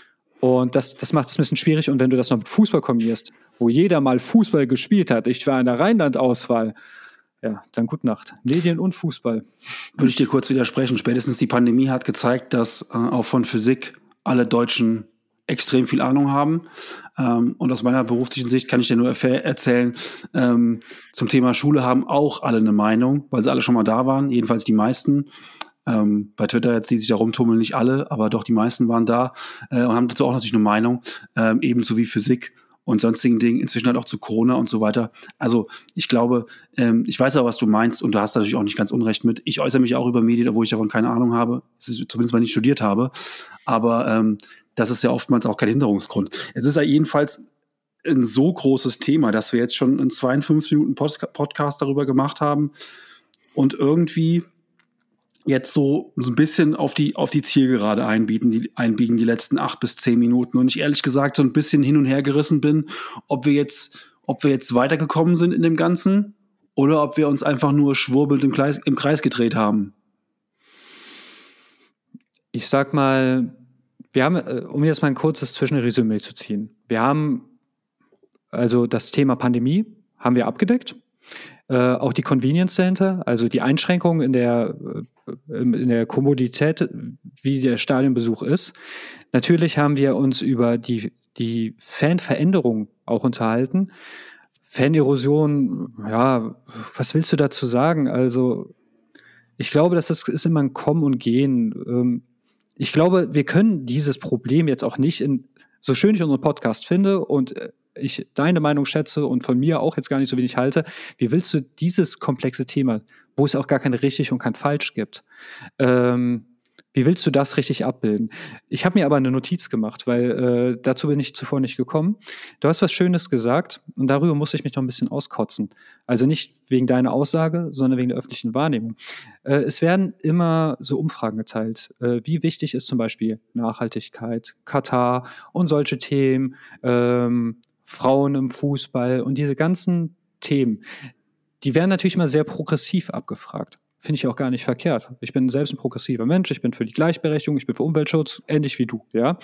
und das, das macht es ein bisschen schwierig. Und wenn du das noch mit Fußball kombinierst, wo jeder mal Fußball gespielt hat, ich war in der Rheinland-Auswahl, ja, dann gute Nacht. Medien und Fußball. Würde ich dir kurz widersprechen. Spätestens die Pandemie hat gezeigt, dass äh, auch von Physik alle Deutschen extrem viel Ahnung haben. Ähm, und aus meiner beruflichen Sicht kann ich dir nur erf- erzählen, ähm, zum Thema Schule haben auch alle eine Meinung, weil sie alle schon mal da waren, jedenfalls die meisten. Ähm, bei Twitter jetzt, die sich da rumtummeln, nicht alle, aber doch die meisten waren da äh, und haben dazu auch natürlich eine Meinung, ähm, ebenso wie Physik und sonstigen Dingen, inzwischen halt auch zu Corona und so weiter. Also ich glaube, ähm, ich weiß aber, was du meinst, und du hast natürlich auch nicht ganz unrecht mit. Ich äußere mich auch über Medien, obwohl ich davon keine Ahnung habe, zumindest mal nicht studiert habe, aber ähm, das ist ja oftmals auch kein Hinderungsgrund. Es ist ja jedenfalls ein so großes Thema, dass wir jetzt schon einen zweiundfünfzig Minuten Pod- Podcast darüber gemacht haben und irgendwie jetzt so, so ein bisschen auf die, auf die Zielgerade einbieten, die, einbiegen, die letzten acht bis zehn Minuten. Und ich ehrlich gesagt so ein bisschen hin und her gerissen bin, ob wir jetzt, ob wir jetzt weitergekommen sind in dem Ganzen oder ob wir uns einfach nur schwurbelnd im Kreis, im Kreis gedreht haben. Ich sag mal, wir haben, äh, um jetzt mal ein kurzes Zwischenresümee zu ziehen. Wir haben also das Thema Pandemie haben wir abgedeckt. Äh, auch die Convenience Center, also die Einschränkungen in der, äh, in der Kommodität, wie der Stadionbesuch ist. Natürlich haben wir uns über die, die Fanveränderung auch unterhalten. Fanerosion, ja, was willst du dazu sagen? Also, ich glaube, das ist, ist immer ein Kommen und Gehen. Ähm, ich glaube, wir können dieses Problem jetzt auch nicht in, so schön ich unseren Podcast finde und äh, ich deine Meinung schätze und von mir auch jetzt gar nicht so wenig halte, wie willst du dieses komplexe Thema, wo es auch gar kein richtig und kein falsch gibt, ähm, wie willst du das richtig abbilden? Ich habe mir aber eine Notiz gemacht, weil äh, dazu bin ich zuvor nicht gekommen. Du hast was Schönes gesagt und darüber muss ich mich noch ein bisschen auskotzen. Also nicht wegen deiner Aussage, sondern wegen der öffentlichen Wahrnehmung. Äh, es werden immer so Umfragen geteilt. Äh, wie wichtig ist zum Beispiel Nachhaltigkeit, Katar und solche Themen, ähm, Frauen im Fußball und diese ganzen Themen. Die werden natürlich immer sehr progressiv abgefragt. Finde ich auch gar nicht verkehrt. Ich bin selbst ein progressiver Mensch, ich bin für die Gleichberechtigung, ich bin für Umweltschutz, ähnlich wie du, ja.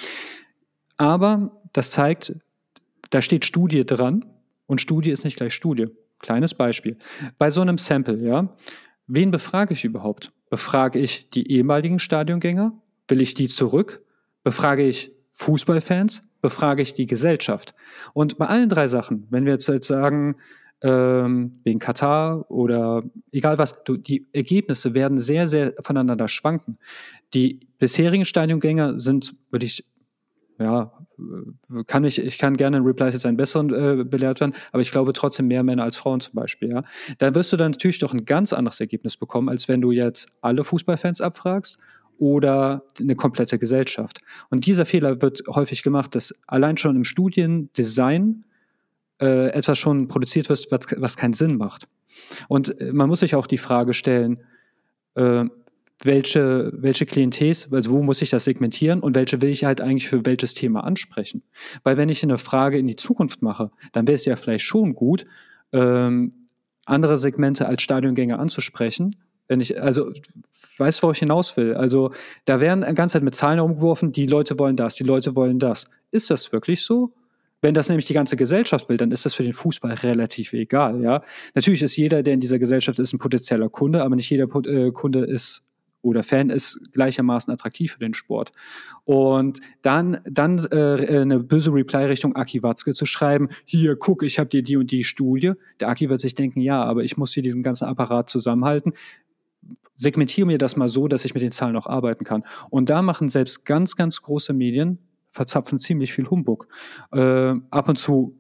Aber das zeigt, da steht Studie dran und Studie ist nicht gleich Studie. Kleines Beispiel. Bei so einem Sample, ja, wen befrage ich überhaupt? Befrage ich die ehemaligen Stadiongänger? Will ich die zurück? Befrage ich Fußballfans? Befrage ich die Gesellschaft? Und bei allen drei Sachen, wenn wir jetzt, jetzt sagen, ähm, wegen Katar oder egal was, du, die Ergebnisse werden sehr, sehr voneinander schwanken. Die bisherigen Stadiongänger sind, würde ich, ja, kann ich, ich kann gerne in Replies jetzt einen besseren äh, belehrt werden, aber ich glaube trotzdem mehr Männer als Frauen zum Beispiel, ja. Da wirst du dann natürlich doch ein ganz anderes Ergebnis bekommen, als wenn du jetzt alle Fußballfans abfragst oder eine komplette Gesellschaft. Und dieser Fehler wird häufig gemacht, dass allein schon im Studiendesign äh, etwas schon produziert wird, was, was keinen Sinn macht. Und äh, man muss sich auch die Frage stellen, äh, welche, welche Klientels, also wo muss ich das segmentieren und welche will ich halt eigentlich für welches Thema ansprechen. Weil wenn ich eine Frage in die Zukunft mache, dann wäre es ja vielleicht schon gut, ähm, andere Segmente als Stadiongänger anzusprechen. Wenn ich, also, weißt du, worauf ich hinaus will? Also, da werden die ganze Zeit mit Zahlen herumgeworfen, die Leute wollen das, die Leute wollen das. Ist das wirklich so? Wenn das nämlich die ganze Gesellschaft will, dann ist das für den Fußball relativ egal, ja. Natürlich ist jeder, der in dieser Gesellschaft ist, ein potenzieller Kunde, aber nicht jeder äh, Kunde ist oder Fan ist gleichermaßen attraktiv für den Sport. Und dann, dann äh, eine böse Reply Richtung Aki Watzke zu schreiben, hier, guck, ich habe dir die und die Studie. Der Aki wird sich denken, ja, aber ich muss hier diesen ganzen Apparat zusammenhalten. Segmentiere mir das mal so, dass ich mit den Zahlen auch arbeiten kann. Und da machen selbst ganz, ganz große Medien, verzapfen ziemlich viel Humbug. Äh, ab und zu,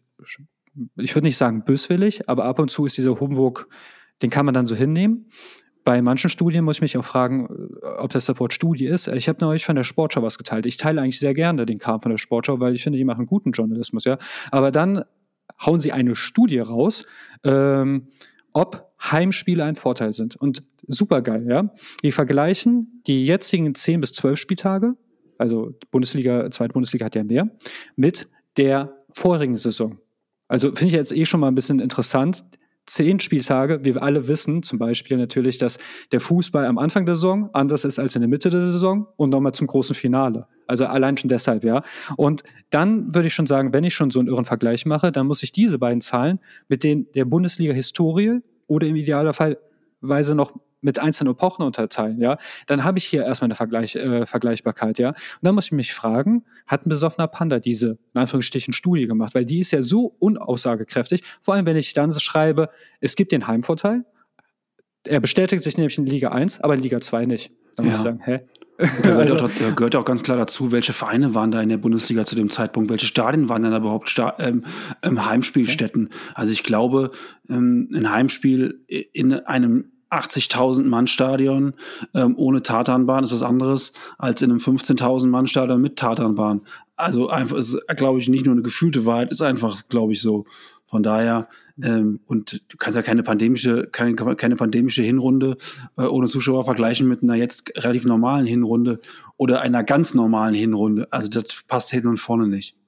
ich würde nicht sagen böswillig, aber ab und zu ist dieser Humbug, den kann man dann so hinnehmen. Bei manchen Studien muss ich mich auch fragen, ob das das Wort Studie ist. Ich habe neulich von der Sportschau was geteilt. Ich teile eigentlich sehr gerne den Kram von der Sportschau, weil ich finde, die machen guten Journalismus, ja. Aber dann hauen sie eine Studie raus, ähm, ob Heimspiele ein Vorteil sind. Und supergeil, ja. Die vergleichen die jetzigen zehn bis zwölf Spieltage, also Bundesliga, zweite Bundesliga hat ja mehr, mit der vorigen Saison. Also finde ich jetzt eh schon mal ein bisschen interessant. Zehn Spieltage, wie wir alle wissen, zum Beispiel natürlich, dass der Fußball am Anfang der Saison anders ist als in der Mitte der Saison und nochmal zum großen Finale. Also allein schon deshalb, ja. Und dann würde ich schon sagen, wenn ich schon so einen irren Vergleich mache, dann muss ich diese beiden Zahlen mit denen der Bundesliga-Historie oder im Idealerweise noch mit einzelnen Epochen unterteilen, ja, dann habe ich hier erstmal eine Vergleich, äh, Vergleichbarkeit, ja. Und dann muss ich mich fragen, hat ein besoffener Panda diese, in Anführungsstrichen, Studie gemacht? Weil die ist ja so unaussagekräftig, vor allem wenn ich dann schreibe, es gibt den Heimvorteil, er bestätigt sich nämlich in Liga eins, aber in Liga zwei nicht. Dann Ja. muss ich sagen, hä? Da gehört, Also- auch, da gehört auch ganz klar dazu, welche Vereine waren da in der Bundesliga zu dem Zeitpunkt, welche Stadien waren dann überhaupt Sta- ähm, ähm, Heimspielstätten. Also ich glaube, ähm, ein Heimspiel in einem achtzigtausend Mann Stadion ähm, ohne Tatanbahn ist was anderes als in einem fünfzehntausend Mann Stadion mit Tatanbahn. Also einfach ist, glaube ich, nicht nur eine gefühlte Wahrheit, ist einfach, glaube ich, so. Von daher, ähm, und du kannst ja keine pandemische, keine, keine pandemische Hinrunde äh, ohne Zuschauer vergleichen mit einer jetzt relativ normalen Hinrunde oder einer ganz normalen Hinrunde. Also das passt hinten und vorne nicht.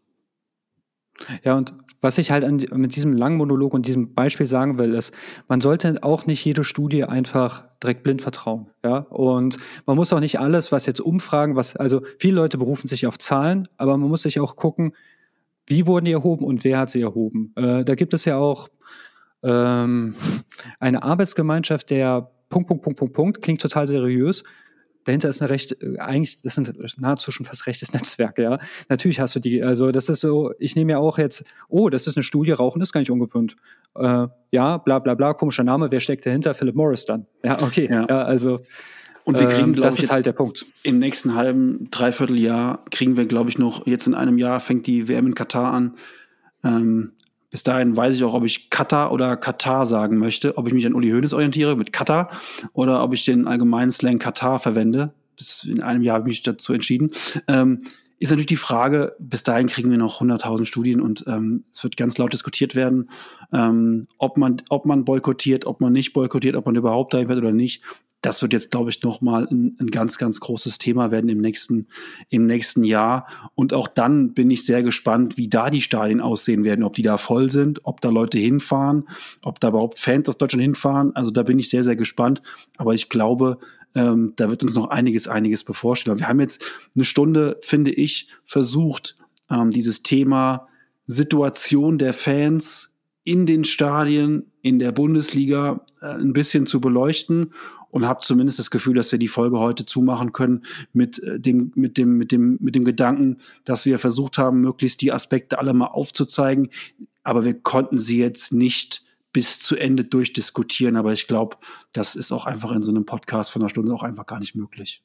Ja, und was ich halt an, mit diesem langen Monolog und diesem Beispiel sagen will, ist, man sollte auch nicht jede Studie einfach direkt blind vertrauen. Ja? Und man muss auch nicht alles, was jetzt Umfragen, was, also viele Leute berufen sich auf Zahlen, aber man muss sich auch gucken, wie wurden die erhoben und wer hat sie erhoben. Äh, da gibt es ja auch ähm, eine Arbeitsgemeinschaft, der Punkt, Punkt, Punkt, Punkt, Punkt, klingt total seriös. Dahinter ist eine recht, eigentlich, das sind nahezu schon fast rechtes Netzwerk, ja. Natürlich hast du die, also das ist so, ich nehme ja auch jetzt, oh, das ist eine Studie, Rauchen ist gar nicht ungewöhnt. Äh, ja, bla bla bla, komischer Name, wer steckt dahinter? Philip Morris dann. Ja, okay, ja, Ja. also Und wir kriegen, ähm, glaube das ich, ist jetzt halt der Punkt. im nächsten halben, dreiviertel Jahr kriegen wir, glaube ich, noch, jetzt in einem Jahr fängt die W M in Katar an. Ähm, bis dahin weiß ich auch, ob ich Katar oder Katar sagen möchte, ob ich mich an Uli Hoeneß orientiere mit Katar oder ob ich den allgemeinen Slang Katar verwende. Bis in einem Jahr habe ich mich dazu entschieden. Ähm, ist natürlich die Frage, bis dahin kriegen wir noch hunderttausend Studien und ähm, es wird ganz laut diskutiert werden, ähm, ob man, ob man boykottiert, ob man nicht boykottiert, ob man überhaupt dahin wird oder nicht. Das wird jetzt, glaube ich, nochmal ein, ein ganz, ganz großes Thema werden im nächsten, im nächsten Jahr. Und auch dann bin ich sehr gespannt, wie da die Stadien aussehen werden, ob die da voll sind, ob da Leute hinfahren, ob da überhaupt Fans aus Deutschland hinfahren. Also da bin ich sehr, sehr gespannt. Aber ich glaube, ähm, da wird uns noch einiges, einiges bevorstehen. Wir haben jetzt eine Stunde, finde ich, versucht, ähm, dieses Thema Situation der Fans in den Stadien, in der Bundesliga äh, ein bisschen zu beleuchten. Und habe zumindest das Gefühl, dass wir die Folge heute zumachen können mit dem, mit dem, mit dem, mit dem Gedanken, dass wir versucht haben, möglichst die Aspekte alle mal aufzuzeigen. Aber wir konnten sie jetzt nicht bis zu Ende durchdiskutieren. Aber ich glaube, das ist auch einfach in so einem Podcast von einer Stunde auch einfach gar nicht möglich.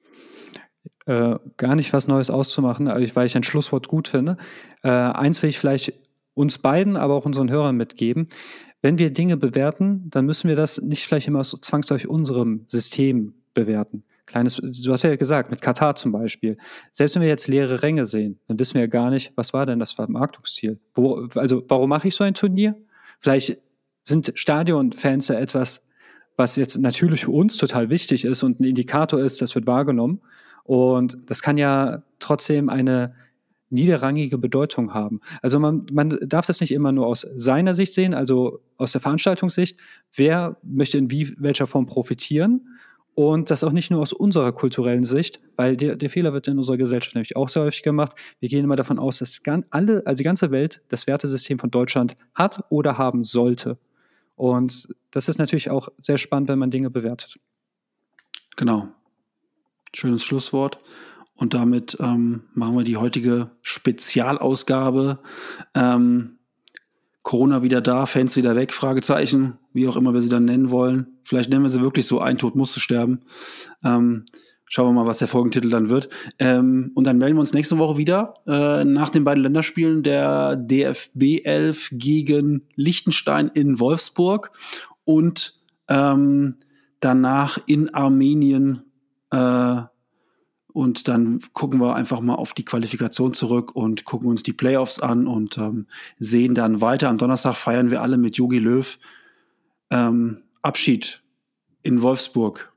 Äh, gar nicht was Neues auszumachen, weil ich ein Schlusswort gut finde. Äh, eins will ich vielleicht uns beiden, aber auch unseren Hörern mitgeben. Wenn wir Dinge bewerten, dann müssen wir das nicht vielleicht immer so zwangsläufig unserem System bewerten. kleines, du hast ja gesagt, mit Katar zum Beispiel. Selbst wenn wir jetzt leere Ränge sehen, dann wissen wir ja gar nicht, was war denn das Vermarktungsziel? Wo, also warum mache ich so ein Turnier? Vielleicht sind Stadionfans ja etwas, was jetzt natürlich für uns total wichtig ist und ein Indikator ist, das wird wahrgenommen. Und das kann ja trotzdem eine niederrangige Bedeutung haben. Also man, man darf das nicht immer nur aus seiner Sicht sehen, also aus der Veranstaltungssicht, wer möchte in wie, welcher Form profitieren und das auch nicht nur aus unserer kulturellen Sicht, weil der, der Fehler wird in unserer Gesellschaft nämlich auch sehr häufig gemacht. Wir gehen immer davon aus, dass gan- alle, also die ganze Welt das Wertesystem von Deutschland hat oder haben sollte. Und das ist natürlich auch sehr spannend, wenn man Dinge bewertet. Genau. Schönes Schlusswort. Und damit ähm, machen wir die heutige Spezialausgabe. Ähm, Corona wieder da, Fans wieder weg, Fragezeichen, wie auch immer wir sie dann nennen wollen. Vielleicht nennen wir sie wirklich so, ein Tod musste sterben. Ähm, schauen wir mal, was der Folgentitel dann wird. Ähm, und dann melden wir uns nächste Woche wieder äh, nach den beiden Länderspielen der D F B elf gegen Liechtenstein in Wolfsburg und ähm, danach in Armenien äh, und dann gucken wir einfach mal auf die Qualifikation zurück und gucken uns die Playoffs an und ähm, sehen dann weiter. Am Donnerstag feiern wir alle mit Jogi Löw ähm, Abschied in Wolfsburg.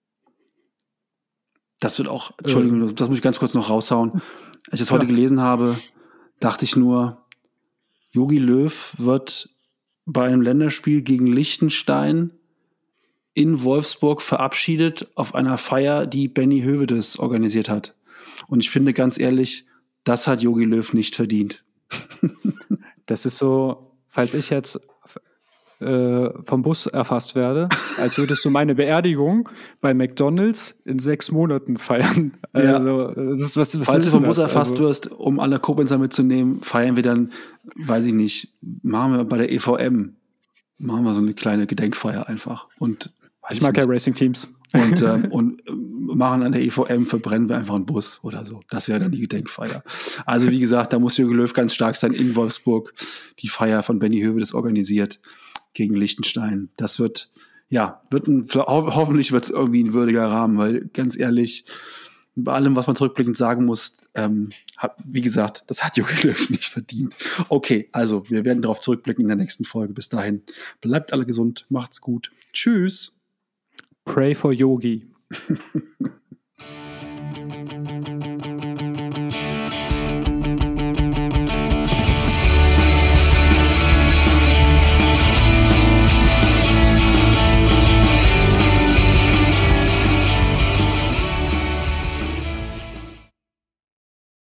Das wird auch, Entschuldigung, das muss ich ganz kurz noch raushauen. Als ich das heute gelesen habe, dachte ich nur, Jogi Löw wird bei einem Länderspiel gegen Liechtenstein in Wolfsburg verabschiedet auf einer Feier, die Benny Hövedes organisiert hat. Und ich finde ganz ehrlich, das hat Jogi Löw nicht verdient. Das ist so, falls ich jetzt äh, vom Bus erfasst werde, als würdest du meine Beerdigung bei McDonald's in sechs Monaten feiern. Also, ja. das ist, was, was falls ist du vom Bus das? erfasst also, wirst, um alle Koblenzer mitzunehmen, feiern wir dann, weiß ich nicht, machen wir bei der E V M, machen wir so eine kleine Gedenkfeier einfach. Und ich mag ja Racing-Teams. Und, ähm, und machen an der E V M, verbrennen wir einfach einen Bus oder so. Das wäre dann die Gedenkfeier. Also wie gesagt, da muss Jogi Löw ganz stark sein in Wolfsburg. Die Feier von Benny Hövedes organisiert gegen Liechtenstein. Das wird, ja, wird ein, ho- hoffentlich wird es irgendwie ein würdiger Rahmen, weil ganz ehrlich, bei allem, was man zurückblickend sagen muss, ähm, hat, wie gesagt, das hat Jogi Löw nicht verdient. Okay, also wir werden darauf zurückblicken in der nächsten Folge. Bis dahin, bleibt alle gesund, macht's gut. Tschüss. Pray for Yogi.